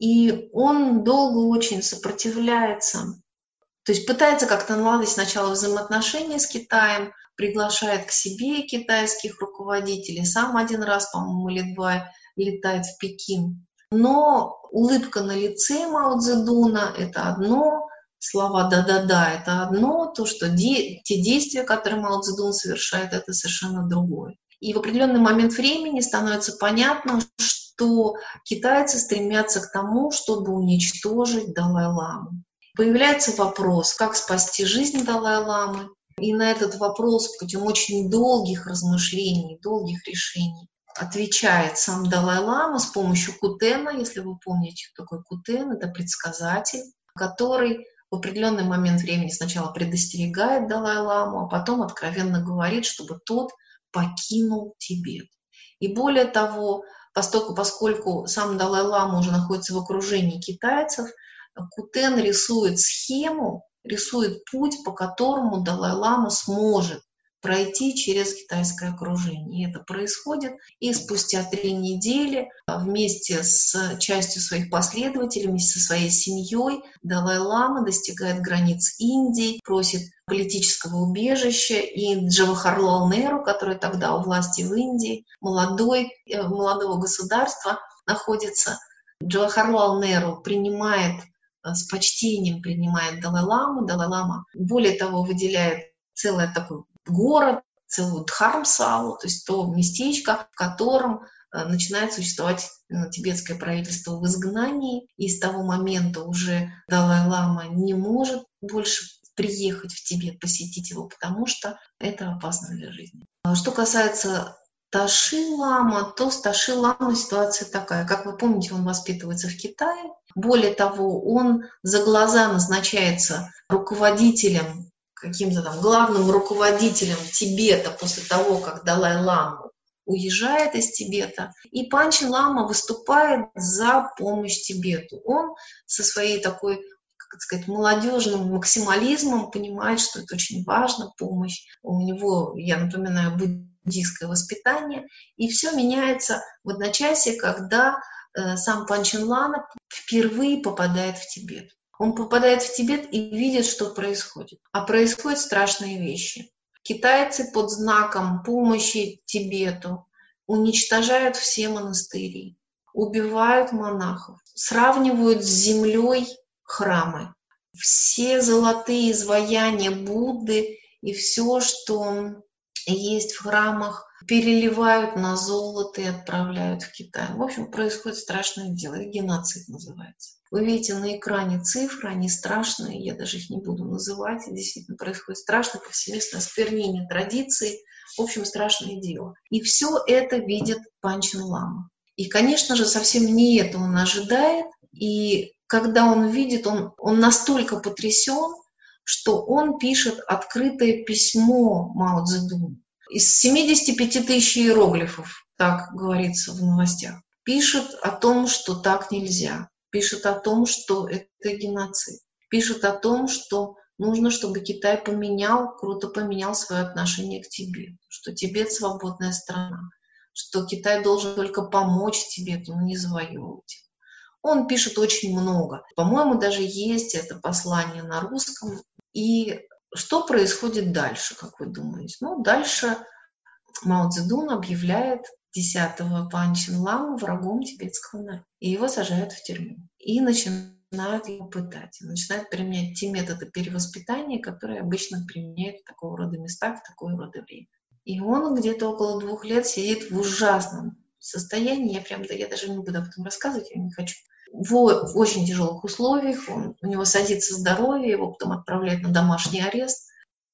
и он долго очень сопротивляется. То есть пытается как-то наладить сначала взаимоотношения с Китаем, приглашает к себе китайских руководителей, сам один раз, по-моему, или два летает в Пекин. Но улыбка на лице Мао Цзэдуна – это одно, слова «да-да-да» – это одно, то, что де- те действия, которые Мао Цзэдун совершает, это совершенно другое. И в определенный момент времени становится понятно, что китайцы стремятся к тому, чтобы уничтожить Далай-ламу. Появляется вопрос, как спасти жизнь Далай-ламы. И на этот вопрос путем очень долгих размышлений, долгих решений отвечает сам Далай-лама с помощью кутена. Если вы помните, что такой кутен, это предсказатель, который в определенный момент времени сначала предостерегает Далай-ламу, а потом откровенно говорит, чтобы тот покинул Тибет. И более того, поскольку, поскольку сам Далай-лама уже находится в окружении китайцев, кутен рисует схему, рисует путь, по которому Далай-лама сможет пройти через китайское окружение. И это происходит, и спустя три недели вместе с частью своих последователей, вместе со своей семьей Далай-лама достигает границ Индии, просит политического убежища, и Джавахарлал Неру, который тогда у власти в Индии, молодой, молодого государства находится, Джавахарлал Неру принимает, с почтением принимает Далай-ламу. Далай-лама, более того, выделяет целый такой город, целую Дхармсалу, то есть то местечко, в котором начинает существовать тибетское правительство в изгнании. И с того момента уже Далай-лама не может больше приехать в Тибет, посетить его, потому что это опасно для жизни. Что касается Таши-лама, то с Таши-ламой ситуация такая. Как вы помните, он воспитывается в Китае. Более того, он за глаза назначается руководителем, каким-то там главным руководителем Тибета после того, как Далай-лама уезжает из Тибета. И Панчин Лама выступает за помощь Тибету. Он со своей такой, как сказать, молодежным максимализмом понимает, что это очень важно, помощь. У него, я напоминаю, буддийское воспитание. И все меняется в одночасье, когда э, сам Панчин Лама впервые попадает в Тибет. Он попадает в Тибет и видит, что происходит. А происходят страшные вещи. Китайцы под знаком помощи Тибету уничтожают все монастыри, убивают монахов, сравнивают с землей храмы. Все золотые изваяния Будды и все, что есть в храмах, переливают на золото и отправляют в Китай. В общем, происходит страшное дело, и геноцид называется. Вы видите на экране цифры, они страшные, я даже их не буду называть. Действительно, происходит страшное повсеместное осквернение традиций. В общем, страшное дело. И все это видит Панчин Лама. И, конечно же, совсем не это он ожидает. И когда он видит, он, он настолько потрясен, что он пишет открытое письмо Мао Цзэдуну. Из семидесяти пяти тысяч иероглифов, так говорится в новостях, пишет о том, что так нельзя. Пишет о том, что это геноцид. Пишет о том, что нужно, чтобы Китай поменял, круто поменял свое отношение к Тибету, что Тибет свободная страна, что Китай должен только помочь Тибету, но не завоевывать его. Он пишет очень много. По-моему, даже есть это послание на русском. И что происходит дальше, как вы думаете? Ну, дальше Мао Цзэдун объявляет десятого Панчин Ламу врагом тибетского народа. И его сажают в тюрьму. И начинают его пытать. Начинают применять те методы перевоспитания, которые обычно применяют в такого рода местах, в такое рода время. И он где-то около двух лет сидит в ужасном состоянии. Я прям, да, я даже не буду об этом рассказывать, я не хочу. В, в очень тяжелых условиях. Он, у него садится здоровье, его потом отправляют на домашний арест.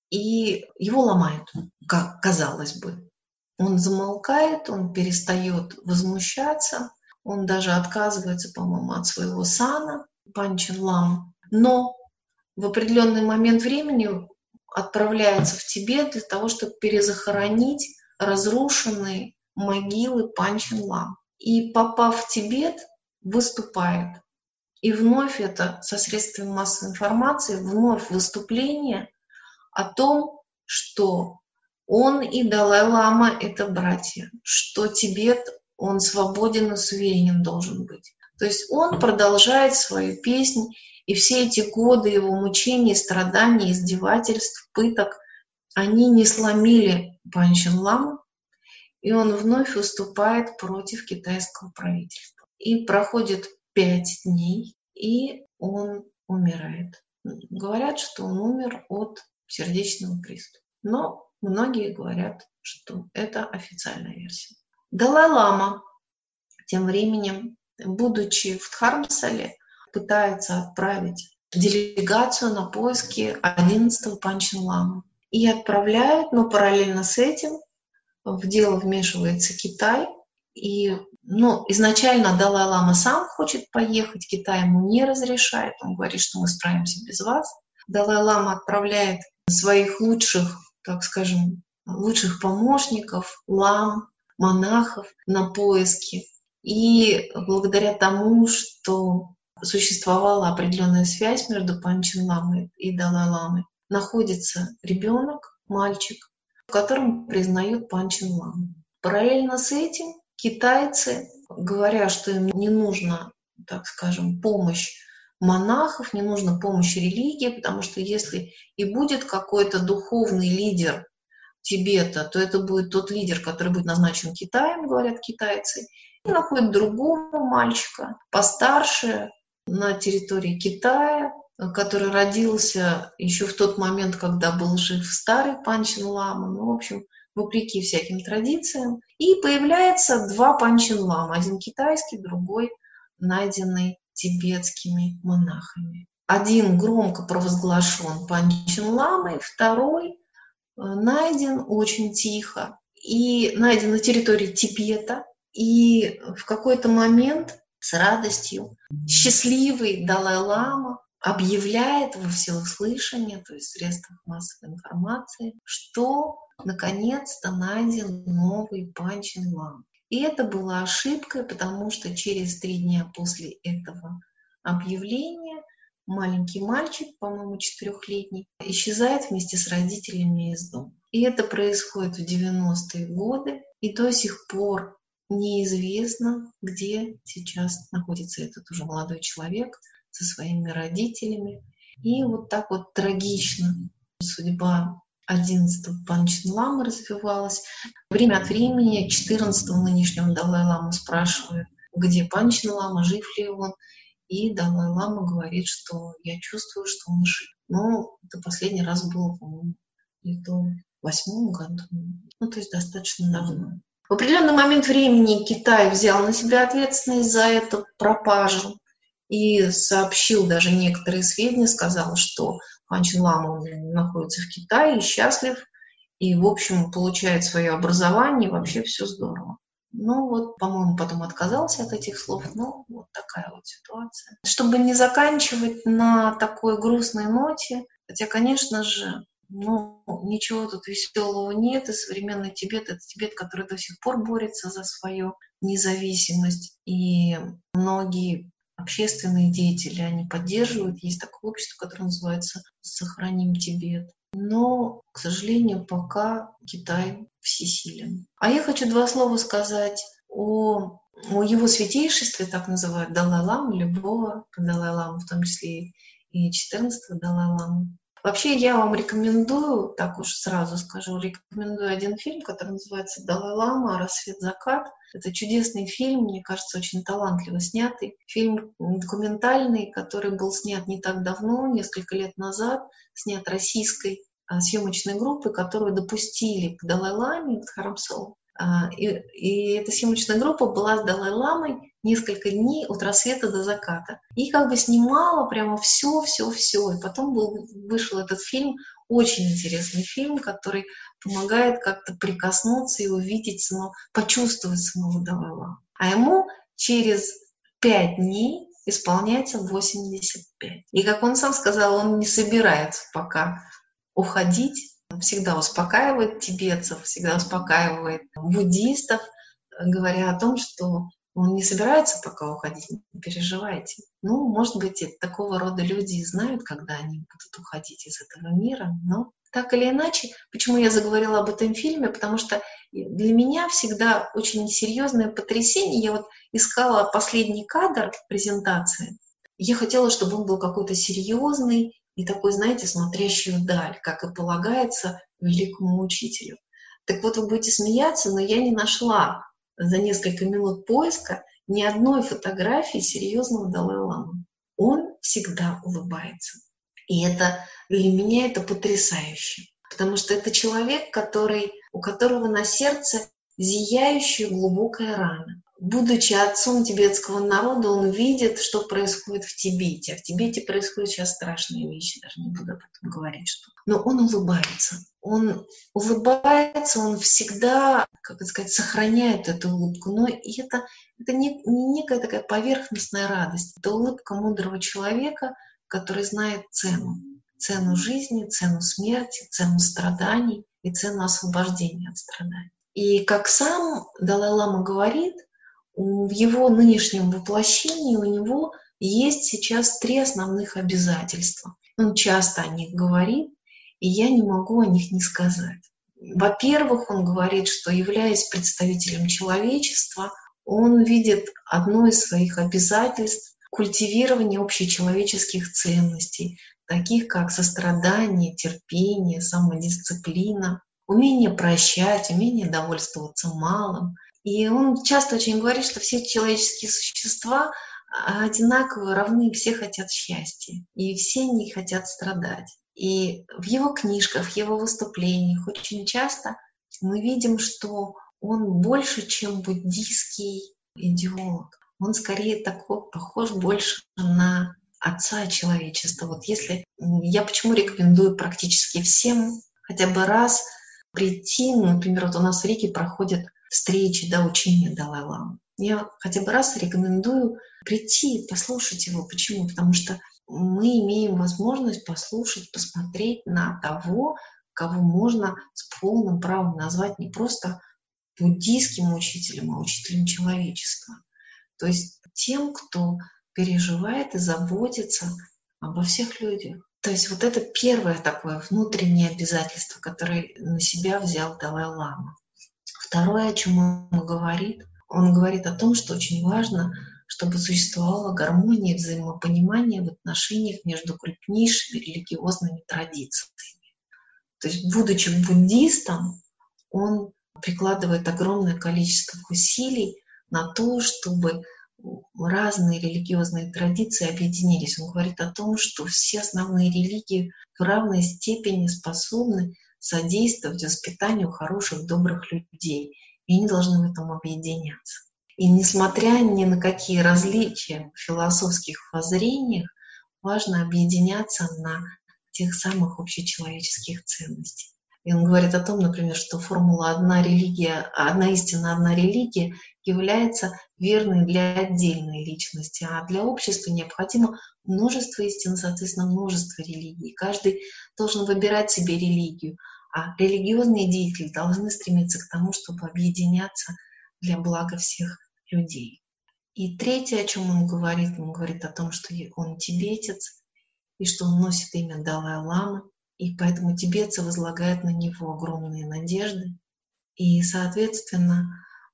И его ломают, как казалось бы. Он замолкает, он перестает возмущаться, он даже отказывается, по-моему, от своего сана, Панчин Лама, но в определенный момент времени отправляется в Тибет для того, чтобы перезахоронить разрушенные могилы Панчин Лама. И, попав в Тибет, выступает. И вновь это со средствами массовой информации, вновь выступление о том, что он и Далай-лама — это братья, что Тибет, он свободен и суверенен должен быть. То есть он продолжает свою песнь, и все эти годы его мучений, страданий, издевательств, пыток, они не сломили Панчин Ламу, и он вновь выступает против китайского правительства. И проходит пять дней, и он умирает. Говорят, что он умер от сердечного приступа. Но многие говорят, что это официальная версия. Далай-лама тем временем, будучи в Дхармсале, пытается отправить делегацию на поиски одиннадцатого Панчин Ламы. И отправляет, но параллельно с этим в дело вмешивается Китай И, ну, изначально Далай-лама сам хочет поехать, Китай ему не разрешает, он говорит, что мы справимся без вас. Далай-лама отправляет своих лучших, так скажем, лучших помощников, лам, монахов на поиски. И благодаря тому, что существовала определенная связь между Панчин Ламой и Далай-ламой, находится ребенок, мальчик, в котором признают Панчин Ламу. Параллельно с этим китайцы, говоря, что им не нужно, так скажем, помощь монахов, не нужна помощь религии, потому что если и будет какой-то духовный лидер Тибета, то это будет тот лидер, который будет назначен Китаем, говорят китайцы, и находят другого мальчика, постарше, на территории Китая, который родился еще в тот момент, когда был жив старый Панчин Лама, ну, в общем, вопреки всяким традициям. И появляется два Панчин Лама, один китайский, другой найденный тибетскими монахами. Один громко провозглашен Панчин Ламой, второй найден очень тихо и найден на территории Тибета. И в какой-то момент с радостью счастливый Далай-лама объявляет во всеуслышание, то есть в средствах массовой информации, что наконец-то найден новый Панчин Лама. И это была ошибкой, потому что через три дня после этого объявления маленький мальчик, по-моему, четырехлетний, исчезает вместе с родителями из дома. И это происходит в девяностые годы, и до сих пор неизвестно, где сейчас находится этот уже молодой человек со своими родителями. И вот так вот трагично судьба одиннадцатого Панчин Ламы развивалась. Время от времени четырнадцатого нынешнего Далай-ламу спрашивают, где Панчин Лама, жив ли он. И Далай-лама говорит, что я чувствую, что он жив. Но это последний раз было, по-моему, где-то в восьмом году. Ну, то есть достаточно давно. В определенный момент времени Китай взял на себя ответственность за эту пропажу и сообщил даже некоторые сведения, сказал, что Панчин Лама находится в Китае и счастлив, и, в общем, получает свое образование, и вообще все здорово. Ну вот, по-моему, потом отказался от этих слов, но вот такая вот ситуация. Чтобы не заканчивать на такой грустной ноте, хотя, конечно же, ну, ничего тут веселого нет, и современный Тибет — это Тибет, который до сих пор борется за свою независимость, и многие общественные деятели, они поддерживают, есть такое общество, которое называется «Сохраним Тибет». Но, к сожалению, пока Китай всесилен. А я хочу два слова сказать о, о его святейшестве, так называют Далай-ламу, любого Далай-ламу, в том числе и четырнадцатого Далай-ламу. Вообще я вам рекомендую, так уж сразу скажу, рекомендую один фильм, который называется «Далай-лама. Рассвет, закат». Это чудесный фильм, мне кажется, очень талантливо снятый. Фильм документальный, который был снят не так давно, несколько лет назад, снят российской а, съемочной группой, которую допустили к Далай-ламе, к Харамсоу. А, и, и эта съемочная группа была с Далай-ламой несколько дней от рассвета до заката. И как бы снимала прямо все, все, все. И потом был, вышел этот фильм, очень интересный фильм, который помогает как-то прикоснуться и увидеть, само, почувствовать самого Далай-ламу. А ему через пять дней исполняется восемьдесят пять. И как он сам сказал, он не собирается пока уходить, всегда успокаивает тибетцев, всегда успокаивает буддистов, говоря о том, что он не собирается пока уходить, не переживайте. Ну, может быть, такого рода люди и знают, когда они будут уходить из этого мира, но так или иначе, почему я заговорила об этом фильме, потому что для меня всегда очень серьезное потрясение. Я вот искала последний кадр презентации, я хотела, чтобы он был какой-то серьезный и такой, знаете, смотрящий вдаль, как и полагается великому учителю. Так вот, вы будете смеяться, но я не нашла за несколько минут поиска ни одной фотографии серьезного Далай-ламы. Он всегда улыбается. И это для меня это потрясающе. Потому что это человек, который, у которого на сердце зияющая глубокая рана. будучи отцом тибетского народа, он видит, что происходит в Тибете. А в Тибете происходят сейчас страшные вещи, даже не буду об этом говорить. Что... Но он улыбается. Он улыбается, он всегда, как это сказать, сохраняет эту улыбку. Но и это, это не, не некая такая поверхностная радость. Это улыбка мудрого человека, который знает цену. Цену жизни, цену смерти, цену страданий и цену освобождения от страданий. И как сам Далай-лама говорит, в его нынешнем воплощении у него есть сейчас три основных обязательства. Он часто о них говорит, и я не могу о них не сказать. Во-первых, он говорит, что, являясь представителем человечества, он видит одно из своих обязательств — культивирование общечеловеческих ценностей, таких как сострадание, терпение, самодисциплина, умение прощать, умение довольствоваться малым. И он часто очень говорит, что все человеческие существа одинаково равны, все хотят счастья, и все не хотят страдать. И в его книжках, в его выступлениях очень часто мы видим, что он больше, чем буддийский идеолог. Он скорее такой, похож больше на отца человечества. Вот если я почему рекомендую практически всем хотя бы раз прийти, например, вот у нас в Риге проходят встречи, да, учения Далай-ламы. Я хотя бы раз рекомендую прийти, послушать его. Почему? Потому что мы имеем возможность послушать, посмотреть на того, кого можно с полным правом назвать не просто буддийским учителем, а учителем человечества. То есть тем, кто переживает и заботится обо всех людях. То есть вот это первое такое внутреннее обязательство, которое на себя взял Далай-лама. Второе, о чем он говорит, он говорит о том, что очень важно, чтобы существовала гармония и взаимопонимание в отношениях между крупнейшими религиозными традициями. То есть, будучи буддистом, он прикладывает огромное количество усилий на то, чтобы разные религиозные традиции объединились. Он говорит о том, что все основные религии в равной степени способны содействовать воспитанию хороших, добрых людей. И они должны в этом объединяться. И несмотря ни на какие различия в философских воззрениях, важно объединяться на тех самых общечеловеческих ценностей. И он говорит о том, например, что формула «одна религия, одна истина, одна религия» является верной для отдельной личности, а для общества необходимо множество истин, соответственно, множество религий. Каждый должен выбирать себе религию, а религиозные деятели должны стремиться к тому, чтобы объединяться для блага всех людей. И третье, о чем он говорит, он говорит о том, что он тибетец, и что он носит имя Далай-ламы, и поэтому тибетцы возлагают на него огромные надежды. И, соответственно,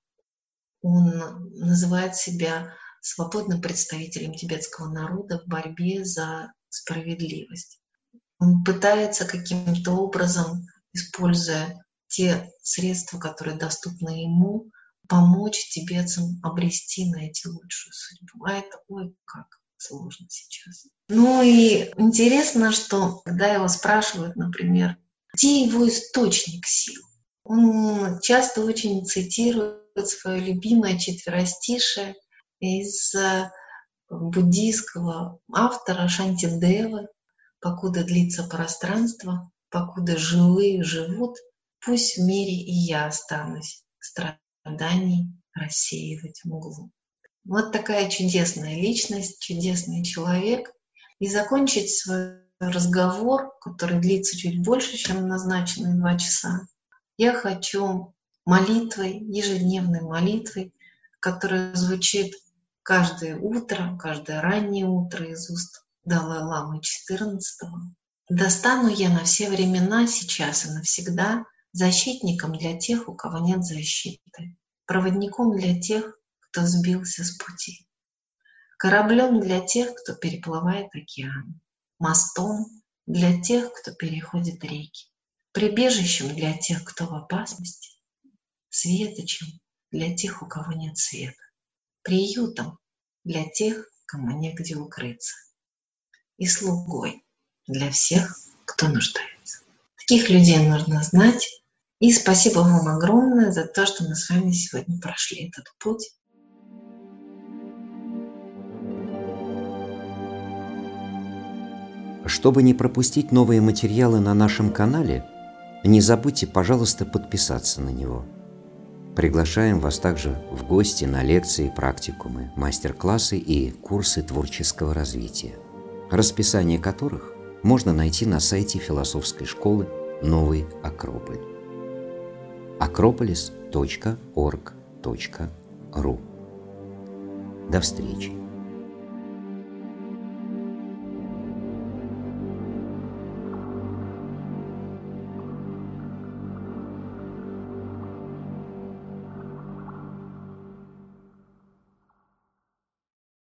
он называет себя свободным представителем тибетского народа в борьбе за справедливость. Он пытается каким-то образом, используя те средства, которые доступны ему, помочь тибетцам обрести, найти лучшую судьбу. А это, ой, как сложно сейчас. Ну и интересно, что когда его спрашивают, например, где его источник сил, он часто очень цитирует свое любимое четверостишее из буддийского автора Шантидевы: «Покуда длится пространство, покуда живые живут, пусть в мире и я останусь, страданий рассеивать мглу». Вот такая чудесная личность, чудесный человек. И закончить свой разговор, который длится чуть больше, чем назначенные два часа, я хочу молитвой, ежедневной молитвой, которая звучит каждое утро, каждое раннее утро из уст Далай-ламы четырнадцатого. «Да стану я на все времена, сейчас и навсегда, защитником для тех, у кого нет защиты, проводником для тех, кто сбился с пути, кораблем для тех, кто переплывает океан, мостом для тех, кто переходит реки, прибежищем для тех, кто в опасности, светочем для тех, у кого нет света, приютом для тех, кому негде укрыться, и слугой для всех, кто нуждается». Таких людей нужно знать. И спасибо вам огромное за то, что мы с вами сегодня прошли этот путь. Чтобы не пропустить новые материалы на нашем канале, не забудьте, пожалуйста, подписаться на него. Приглашаем вас также в гости на лекции, практикумы, мастер-классы и курсы творческого развития, расписание которых можно найти на сайте философской школы «Новый Акрополь» акрополис точка орг точка ру. До встречи!